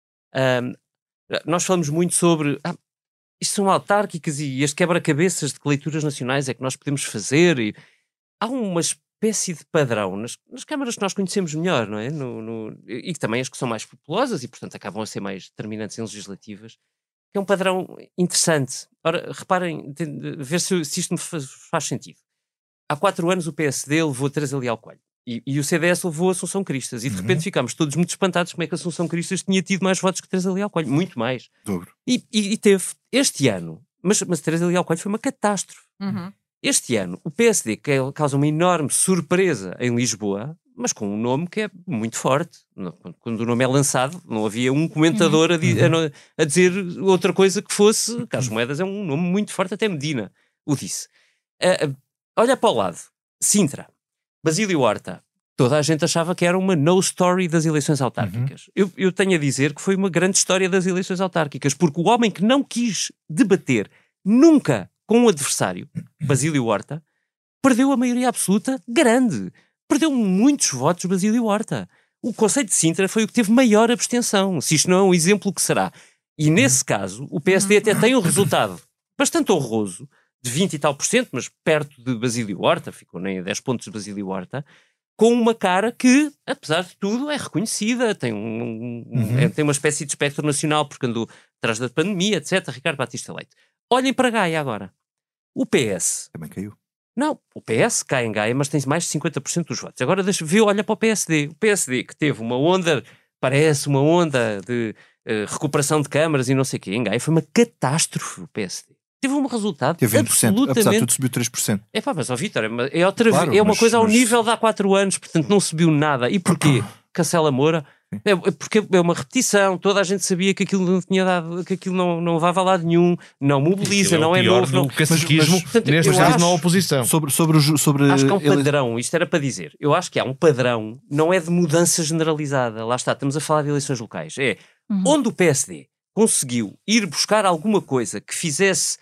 Um, nós falamos muito sobre ah, isto são autárquicas e as quebra-cabeças de que leituras nacionais é que nós podemos fazer. E há uma espécie de padrão nas, nas câmaras que nós conhecemos melhor, não é? No, no, e que também as que são mais populosas e, portanto, acabam a ser mais determinantes em legislativas, que é um padrão interessante. Ora, reparem, ver se, se isto me faz, faz sentido. Há quatro anos o P S D levou Teresa Leal Coelho e, e o C D S levou Assunção Cristas e de uhum. repente ficámos todos muito espantados como é que Assunção Cristas tinha tido mais votos que Teresa Leal Coelho, muito mais. Dobro. E, e, e teve este ano, mas, mas Teresa Leal Coelho foi uma catástrofe. Uhum. Este ano o P S D causa uma enorme surpresa em Lisboa, mas com um nome que é muito forte. Quando o nome é lançado não havia um comentador uhum. a, di- a, a dizer outra coisa que fosse Carlos Moedas é um nome muito forte, até Medina o disse. Uh, Olha para o lado, Sintra, Basílio Horta, toda a gente achava que era uma no story das eleições autárquicas. Uhum. Eu, eu tenho a dizer que foi uma grande história das eleições autárquicas, porque o homem que não quis debater nunca com um adversário, Basílio Horta, perdeu a maioria absoluta grande. Perdeu muitos votos Basílio Horta. O Conselho de Sintra foi o que teve maior abstenção. Se isto não é um exemplo, o que será? E nesse caso, o P S D até tem um resultado bastante honroso, de vinte e tal por cento, mas perto de Basílio Horta, ficou nem a dez pontos de Basílio Horta, com uma cara que, apesar de tudo, é reconhecida, tem, um, um, uhum. é, tem uma espécie de espectro nacional, porque andou atrás da pandemia, etcétera. Ricardo Batista Leite. Olhem para Gaia agora. O P S... Também caiu. Não, o P S cai em Gaia, mas tem mais de cinquenta por cento dos votos. Agora deixa, vê, olha para o P S D. O P S D que teve uma onda, parece uma onda de uh, recuperação de câmaras e não sei o quê, em Gaia, foi uma catástrofe o P S D. Teve um resultado teve vinte por cento, absolutamente... apesar de tudo subiu três por cento. É pá, mas ó Vítor, é, é, outra... claro, é uma mas, coisa ao mas... nível de há quatro anos, portanto não subiu nada. E porquê? Cancela Moura? É, porque é uma repetição, toda a gente sabia que aquilo não tinha dado, que aquilo não, não vai a lado nenhum, não mobiliza, é não é novo. O caciquismo, neste caso, não há oposição. Sobre, sobre, sobre... Acho que há um padrão, isto era para dizer, eu acho que há um padrão, não é de mudança generalizada, lá está, estamos a falar de eleições locais, é uhum. onde o P S D conseguiu ir buscar alguma coisa que fizesse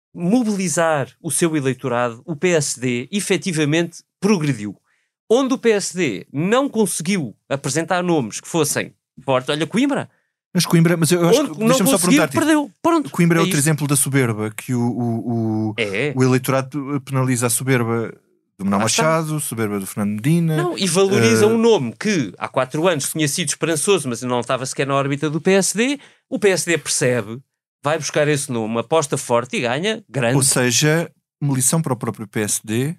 mobilizar o seu eleitorado, o P S D efetivamente progrediu. Onde o P S D não conseguiu apresentar nomes que fossem fortes, olha Coimbra. Mas Coimbra, mas eu acho que, deixa-me só perguntar-te, perdeu. Pronto, Coimbra é, é outro isso. exemplo da soberba, que o, o, o, é. o eleitorado penaliza a soberba do Manuel Machado, a soberba do Fernando Medina. Não, e valoriza uh... um nome que há quatro anos tinha sido esperançoso, mas não estava sequer na órbita do P S D. O P S D percebe, vai buscar esse nome, aposta forte e ganha grande. Ou seja, uma lição para o próprio P S D,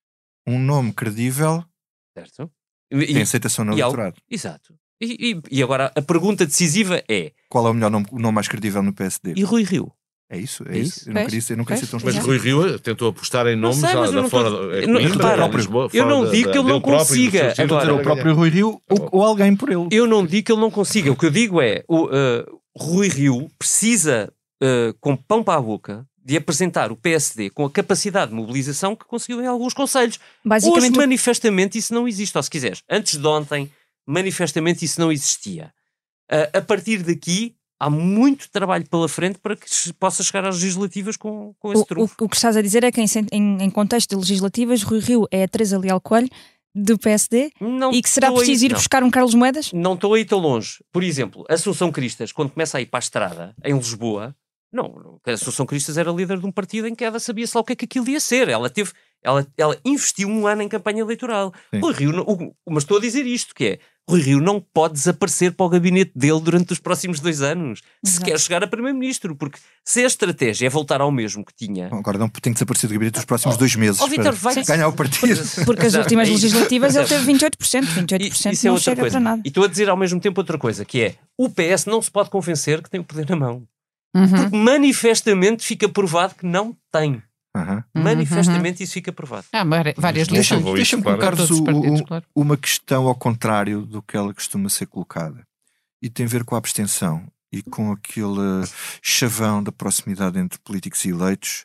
um nome credível, certo? E, tem aceitação no eleitorado. Algo, exato. E, e, e agora a pergunta decisiva é... Qual é o melhor nome, o nome mais credível no P S D? E Rui Rio? É isso? É, é isso? isso? Eu não queria ser, não queria ser tão Mas Rui Rio tentou apostar em nomes já da fora da Lisboa. Eu não digo que ele não consiga. Agora, o próprio Rui Rio ou, ou alguém por ele. Eu não digo que ele não consiga. O que eu digo é o uh, Rui Rio precisa, uh, com pão para a boca, de apresentar o P S D com a capacidade de mobilização que conseguiu em alguns conselhos. Hoje, manifestamente, isso não existe. Ou, se quiseres, antes de ontem, manifestamente isso não existia. Uh, a partir daqui, há muito trabalho pela frente para que se possa chegar às legislativas com, com esse trunfo. O, o, o que estás a dizer é que, em, em, em contexto de legislativas, Rui Rio é a Teresa Leal Coelho do P S D não e que será preciso aí, ir não. buscar um Carlos Moedas? Não estou aí tão longe. Por exemplo, a Assunção Cristas, quando começa a ir para a estrada, em Lisboa... Não, a Assunção Cristas era líder de um partido em queda, sabia-se lá o que é que aquilo ia ser. Ela teve, Ela, ela investiu um ano em campanha eleitoral. Rui Rio, não, o, mas estou a dizer isto, que é, Rui Rio não pode desaparecer para o gabinete dele durante os próximos dois anos, se Exato. quer chegar a primeiro-ministro, porque se a estratégia é voltar ao mesmo que tinha... Agora não tem que desaparecer do gabinete nos próximos oh, dois meses oh, Victor, para vai... ganhar o partido. Porque as últimas legislativas ele teve vinte e oito por cento, vinte e oito por cento isso é não outra chega coisa. para nada. E estou a dizer ao mesmo tempo outra coisa, que é, o P S não se pode convencer que tem o poder na mão. Uhum. Porque manifestamente fica provado que não tem. Uhum. Manifestamente uhum. isso fica provado. Há várias Deixa-me lições. deixa colocar-vos partidos, um, claro. uma questão ao contrário do que ela costuma ser colocada. E tem a ver com a abstenção e com aquele chavão da proximidade entre políticos e eleitos.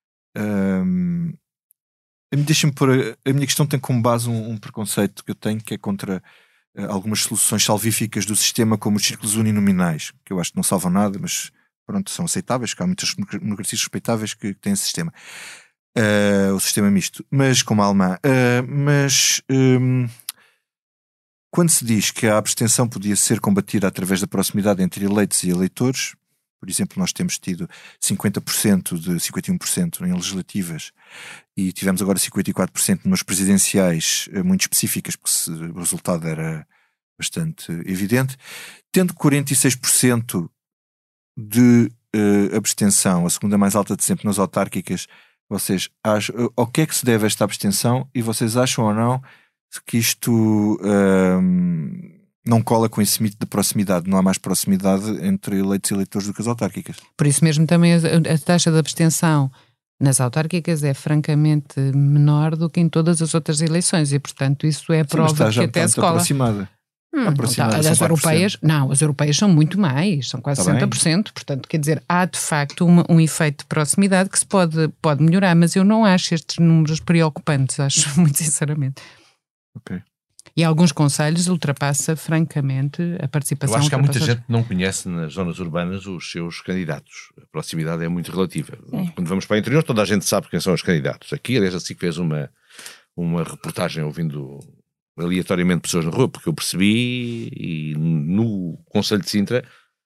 Um, Deixa-me pôr. A, a minha questão tem como base um, um preconceito que eu tenho, que é contra uh, algumas soluções salvíficas do sistema, como os círculos uninominais, que eu acho que não salvam nada, mas pronto, são aceitáveis, que há muitas democracias respeitáveis que, que têm esse sistema. Uh, o sistema misto, mas como a alemã. Uh, mas um, quando se diz que a abstenção podia ser combatida através da proximidade entre eleitos e eleitores, por exemplo, nós temos tido cinquenta por cento de cinquenta e um por cento em legislativas e tivemos agora cinquenta e quatro por cento nas presidenciais muito específicas, porque se, o resultado era bastante evidente, tendo quarenta e seis por cento de uh, abstenção, a segunda mais alta de sempre nas autárquicas. Vocês acham, ao que é que se deve esta abstenção e vocês acham ou não que isto um, não cola com esse mito de proximidade? Não há mais proximidade entre eleitos e eleitores do que as autárquicas? Por isso mesmo também a, a taxa de abstenção nas autárquicas é francamente menor do que em todas as outras eleições e portanto isso é a prova de que até se cola. Aproximada. Hum, aproximada, as europeias, não, as europeias são muito mais, são quase tá sessenta por cento, portanto, quer dizer, há de facto uma, um efeito de proximidade que se pode, pode melhorar, mas eu não acho estes números preocupantes, acho muito sinceramente. Ok. E alguns conselhos ultrapassa francamente a participação. Eu acho que há muita ultrapassa... gente que não conhece nas zonas urbanas os seus candidatos. A proximidade é muito relativa. É. Quando vamos para o interior, toda a gente sabe quem são os candidatos. Aqui, aliás, assim que fez uma, uma reportagem ouvindo aleatoriamente pessoas na rua, porque eu percebi, e no Conselho de Sintra,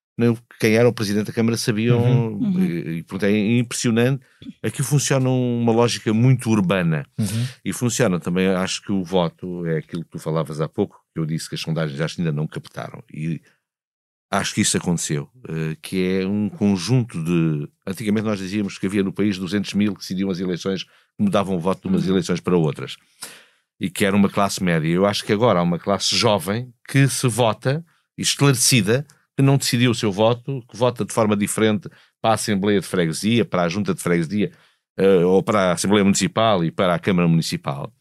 quem era o Presidente da Câmara sabiam, uhum. e, e portanto é impressionante. Aqui funciona uma lógica muito urbana, uhum. e funciona também, acho que o voto é aquilo que tu falavas há pouco, que eu disse que as sondagens acho que ainda não captaram, e acho que isso aconteceu, que é um conjunto de... Antigamente nós dizíamos que havia no país duzentos mil que decidiam as eleições, que mudavam o voto de umas uhum. eleições para outras. E que era uma classe média. Eu acho que agora há uma classe jovem que se vota, esclarecida, que não decidiu o seu voto, que vota de forma diferente para a Assembleia de Freguesia, para a Junta de Freguesia, uh, ou para a Assembleia Municipal e para a Câmara Municipal,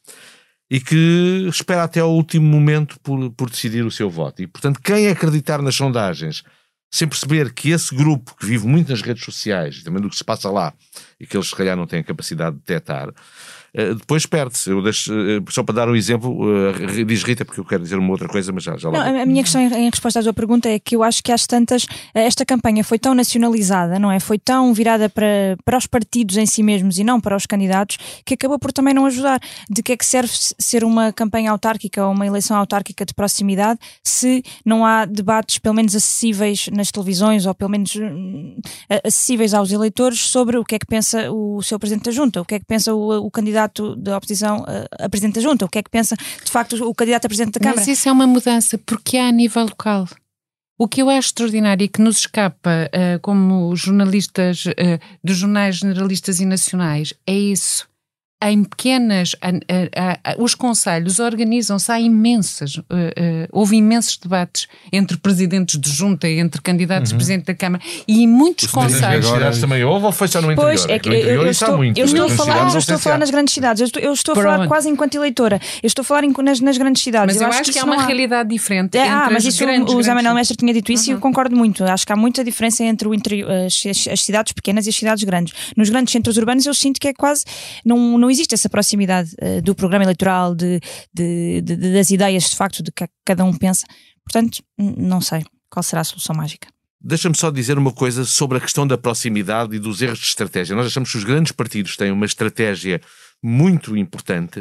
e que espera até ao último momento por, por decidir o seu voto. E, portanto, quem acreditar nas sondagens, sem perceber que esse grupo que vive muito nas redes sociais, também do que se passa lá, e que eles se calhar não têm a capacidade de detectar, depois perde-se. Eu deixo, só para dar um exemplo, diz Rita, porque eu quero dizer uma outra coisa, mas já, já lá. Não, a minha questão em resposta à sua pergunta é que eu acho que às tantas esta campanha foi tão nacionalizada, não é? Foi tão virada para, para os partidos em si mesmos e não para os candidatos, que acabou por também não ajudar. De que é que serve ser uma campanha autárquica ou uma eleição autárquica de proximidade se não há debates pelo menos acessíveis nas televisões ou pelo menos acessíveis aos eleitores sobre o que é que pensa o seu Presidente da Junta, o que é que pensa o, o candidato da oposição a, a Presidente da Junta, o que é que pensa de facto o candidato a Presidente da Câmara. Mas isso é uma mudança porque há a nível local. O que eu acho extraordinário e que nos escapa uh, como jornalistas uh, dos jornais generalistas e nacionais é isso. Em pequenas, uh, uh, uh, os conselhos organizam-se, há imensas, uh, uh, houve imensos debates entre presidentes de junta, entre candidatos uhum. a presidente da Câmara e em muitos conselhos. Agora também houve ou foi só no interior? Pois, é que no interior eu, eu, estou, eu estou a falar, eu estou a falar nas grandes cidades, eu estou, eu estou a falar Pronto. quase enquanto eleitora, eu estou a falar em, nas, nas grandes cidades. Mas eu, eu acho, acho que, que há uma há... realidade diferente é, entre ah, mas as isso grandes, o José Manuel grandes... Mestre tinha dito isso uhum. e eu concordo muito. Acho que há muita diferença entre o interior, as, as cidades pequenas e as cidades grandes. Nos grandes centros urbanos eu sinto que é quase, não, não existe essa proximidade do programa eleitoral, de, de, de, de, das ideias de facto de que cada um pensa. Portanto, não sei qual será a solução mágica. Deixa-me só dizer uma coisa sobre a questão da proximidade e dos erros de estratégia. Nós achamos que os grandes partidos têm uma estratégia muito importante,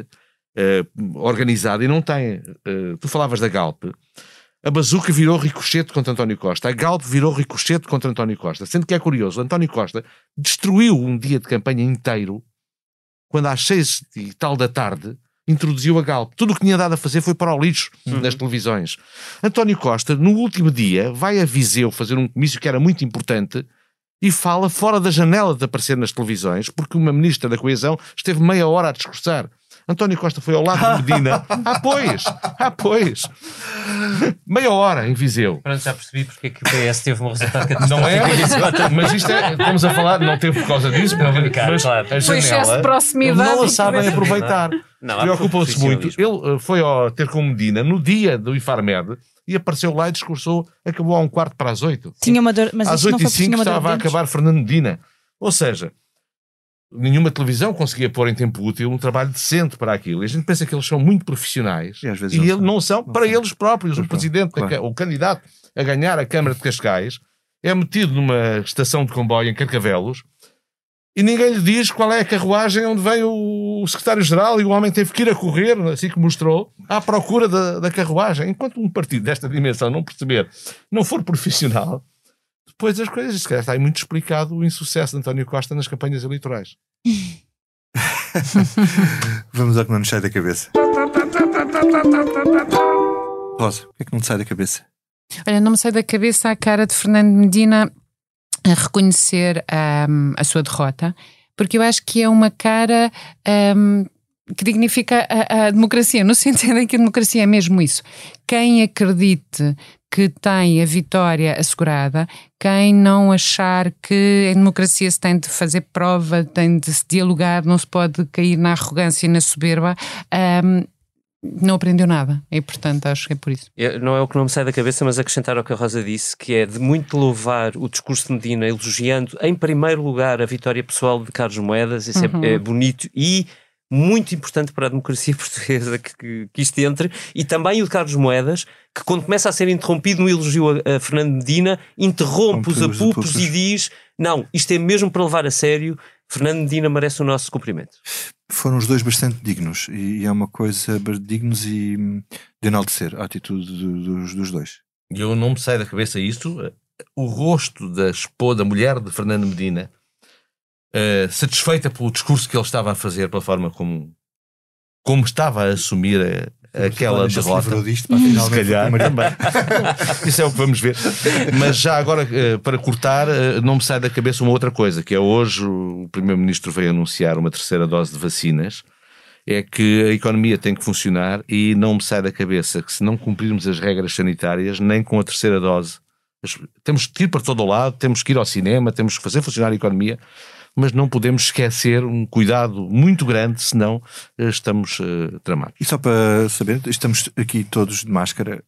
uh, organizada, e não têm. Uh, tu falavas da Galp. A Bazuca virou ricochete contra António Costa. A Galp virou ricochete contra António Costa. Sendo que é curioso, António Costa destruiu um dia de campanha inteiro quando às seis e tal da tarde introduziu a Galp. Tudo o que tinha dado a fazer foi para o lixo uhum. nas televisões. António Costa, no último dia, vai a Viseu fazer um comício que era muito importante e fala fora da janela de aparecer nas televisões, porque uma ministra da Coesão esteve meia hora a discursar. António Costa foi ao lado de Medina. Ah, pois! Ah, pois! Meia hora em Viseu. Pronto, já percebi porque é que o P S teve um resultado catastrófico. Não é? Mas isto é, estamos a falar, não teve por causa disso, não, brincar, mas claro. a Foi excesso de proximidade. não a sabem aproveitar. Preocupam-se muito. Ele Ele foi ao ter com Medina no dia do Infarmed e apareceu lá e discursou, acabou a um quarto para as oito. Tinha uma dor, mas às oito e cinco estava a acabar Fernando Medina. Ou seja, nenhuma televisão conseguia pôr em tempo útil um trabalho decente para aquilo. E a gente pensa que eles são muito profissionais e, às vezes, e não, eles não são não para são. eles próprios. Não o presidente, claro. da, o candidato a ganhar a Câmara de Cascais é metido numa estação de comboio em Carcavelos e ninguém lhe diz qual é a carruagem onde vem o secretário-geral e o homem teve que ir a correr, assim que mostrou, à procura da, da carruagem. Enquanto um partido desta dimensão não perceber, não for profissional, depois as coisas, se calhar está aí muito explicado o insucesso de António Costa nas campanhas eleitorais. Vamos ao que não nos sai da cabeça. Rosa, o que é que não te sai da cabeça? Olha, não me sai da cabeça a cara de Fernando Medina a reconhecer um, a sua derrota, porque eu acho que é uma cara um, que dignifica a, a democracia, no sentido em que a democracia é mesmo isso. Quem acredite que tem a vitória assegurada, quem não achar que a democracia se tem de fazer prova, tem de se dialogar, não se pode cair na arrogância e na soberba, um, não aprendeu nada. E, portanto, acho que é por isso. Eu, não é o que não me sai da cabeça, mas acrescentar ao que a Rosa disse, que é de muito louvar o discurso de Medina, elogiando, em primeiro lugar, a vitória pessoal de Carlos Moedas. Isso uhum. é, é bonito e muito importante para a democracia portuguesa que, que, que isto entre, e também o de Carlos Moedas, que quando começa a ser interrompido no elogio a, a Fernando Medina, interrompe os apupos e diz, não, isto é mesmo para levar a sério, Fernando Medina merece o nosso cumprimento. Foram os dois bastante dignos, e é uma coisa dignos e de enaltecer a atitude dos, dos dois. E eu não me sai da cabeça isto, o rosto da esposa, da mulher de Fernando Medina, Uh, satisfeita pelo discurso que ele estava a fazer, pela forma como, como estava a assumir a, aquela derrota. Disto, pá, se calhar também. Isso é o que vamos ver. Mas já agora, uh, para cortar, uh, não me sai da cabeça uma outra coisa, que é hoje o Primeiro-Ministro veio anunciar uma terceira dose de vacinas. É que a economia tem que funcionar e não me sai da cabeça que se não cumprirmos as regras sanitárias, nem com a terceira dose, temos que ir para todo o lado, temos que ir ao cinema, temos que fazer funcionar a economia, mas não podemos esquecer um cuidado muito grande, senão estamos uh, tramados. E só para saber, estamos aqui todos de máscara.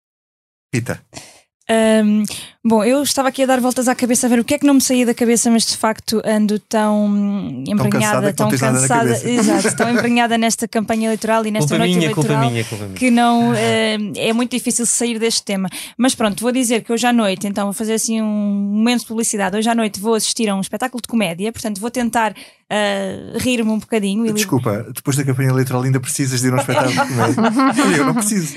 Rita. Um, bom, eu estava aqui a dar voltas à cabeça a ver o que é que não me saía da cabeça, mas de facto ando tão embrenhada, tão cansada, tão cansada exato, tão embrenhada nesta campanha eleitoral e nesta culpa noite minha, eleitoral culpa minha, culpa minha. que não uh, é muito difícil sair deste tema. Mas pronto, vou dizer que hoje à noite, então vou fazer assim um momento de publicidade, hoje à noite vou assistir a um espetáculo de comédia, portanto vou tentar uh, rir-me um bocadinho. E Desculpa, depois da campanha eleitoral ainda precisas de ir a um espetáculo de comédia? Eu não preciso.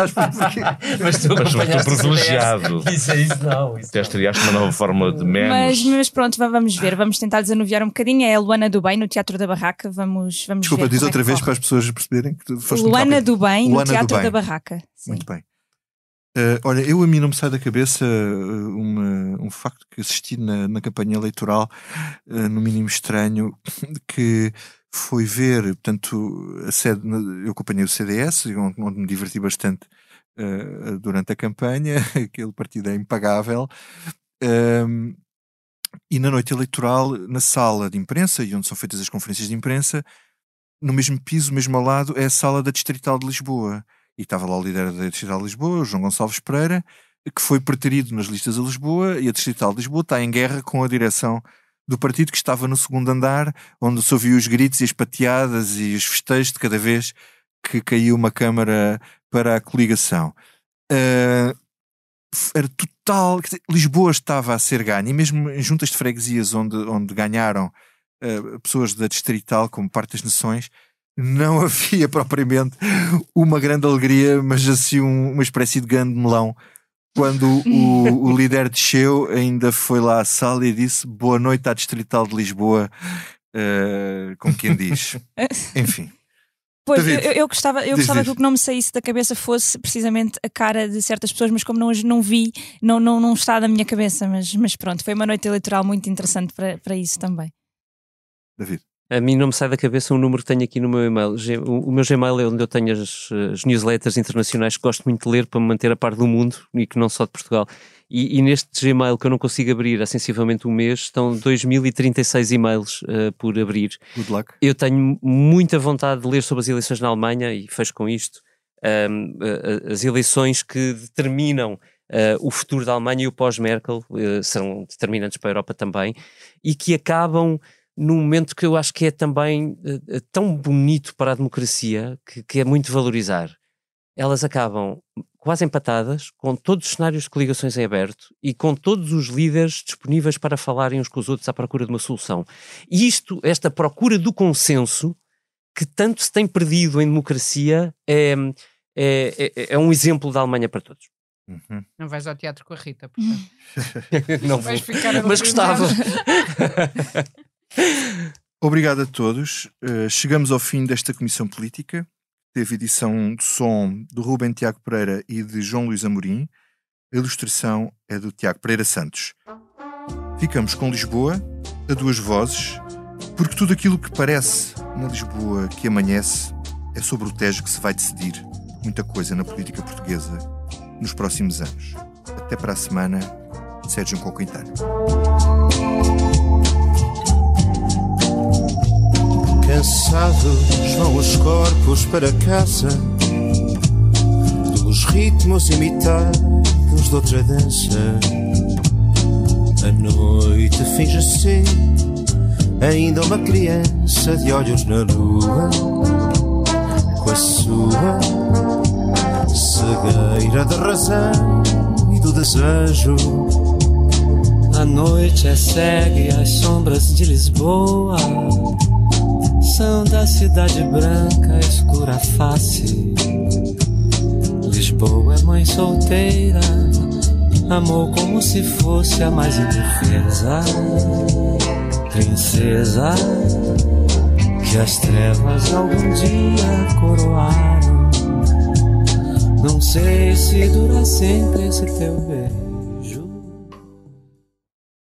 Mas tu mas estou privilegiado. Isso é isso, não. Isso Até estreaste uma nova fórmula de memes. Mas, mas pronto, vamos ver, vamos tentar desanuviar um bocadinho. É a Luana do Bem no Teatro da Barraca. Vamos, vamos Desculpa, ver. diz outra é vez corre. para as pessoas perceberem que tu foste Luana do Bem Luana no Teatro Bem. da Barraca. Sim. Muito bem. Uh, olha, eu a mim não me sai da cabeça uma, um facto que assisti na, na campanha eleitoral, uh, no mínimo estranho, que foi ver, portanto, a sede, eu acompanhei o C D S, onde, onde me diverti bastante uh, durante a campanha, aquele partido é impagável, uh, e na noite eleitoral, na sala de imprensa, e onde são feitas as conferências de imprensa, no mesmo piso, mesmo ao lado, é a sala da Distrital de Lisboa. E estava lá o líder da Distrital de Lisboa, o João Gonçalves Pereira, que foi preterido nas listas a Lisboa, e a Distrital de Lisboa está em guerra com a direção do partido, que estava no segundo andar, onde se ouviu os gritos e as pateadas e os festejos de cada vez que caiu uma câmara para a coligação. Uh, era total... Quer dizer, Lisboa estava a ser ganha, e mesmo em juntas de freguesias onde, onde ganharam uh, pessoas da Distrital como parte das nações, não havia propriamente uma grande alegria, mas assim um, uma espécie de grande melão. Quando o, o líder desceu, ainda foi lá à sala e disse boa noite à Distrital de Lisboa, uh, como quem diz. Enfim. Pois, eu, eu gostava, eu gostava que o que não me saísse da cabeça fosse precisamente a cara de certas pessoas, mas como não, não vi, não, não, não está na minha cabeça, mas, mas pronto, foi uma noite eleitoral muito interessante para, para isso também. David? A mim não me sai da cabeça um número que tenho aqui no meu e-mail. O meu Gmail é onde eu tenho as, as newsletters internacionais que gosto muito de ler para me manter a par do mundo e que não só de Portugal. E, e neste Gmail que eu não consigo abrir há sensivelmente um mês, estão dois mil e trinta e seis e-mails uh, por abrir. Good luck. Eu tenho muita vontade de ler sobre as eleições na Alemanha e fecho com isto. Um, uh, as eleições que determinam uh, o futuro da Alemanha e o pós-Merkel uh, serão determinantes para a Europa também e que acabam num momento que eu acho que é também uh, tão bonito para a democracia, que, que é muito valorizar. Elas acabam quase empatadas, com todos os cenários de coligações em aberto e com todos os líderes disponíveis para falarem uns com os outros à procura de uma solução. E isto, esta procura do consenso, que tanto se tem perdido em democracia, é, é, é, é um exemplo da Alemanha para todos. Uhum. Não vais ao teatro com a Rita, portanto. Não vais vou, ficar mas gostava. Obrigado a todos. Uh, chegamos ao fim desta Comissão Política. Teve edição de som do Rubem Tiago Pereira e de João Luís Amorim. A ilustração é do Tiago Pereira Santos. Ficamos com Lisboa, a duas vozes, porque tudo aquilo que parece na Lisboa que amanhece é sobre o Tejo que se vai decidir muita coisa na política portuguesa nos próximos anos. Até para a semana, Sérgio Coquintano. Cansados vão os corpos para casa, dos ritmos imitados de outra dança. A noite finge ser ainda uma criança de olhos na lua, com a sua cegueira de razão e do desejo. A noite é cega e as sombras de Lisboa são da cidade branca, escura face. Lisboa é mãe solteira, amou como se fosse a mais indefesa princesa que as trevas algum dia coroaram. Não sei se dura sempre esse teu beijo.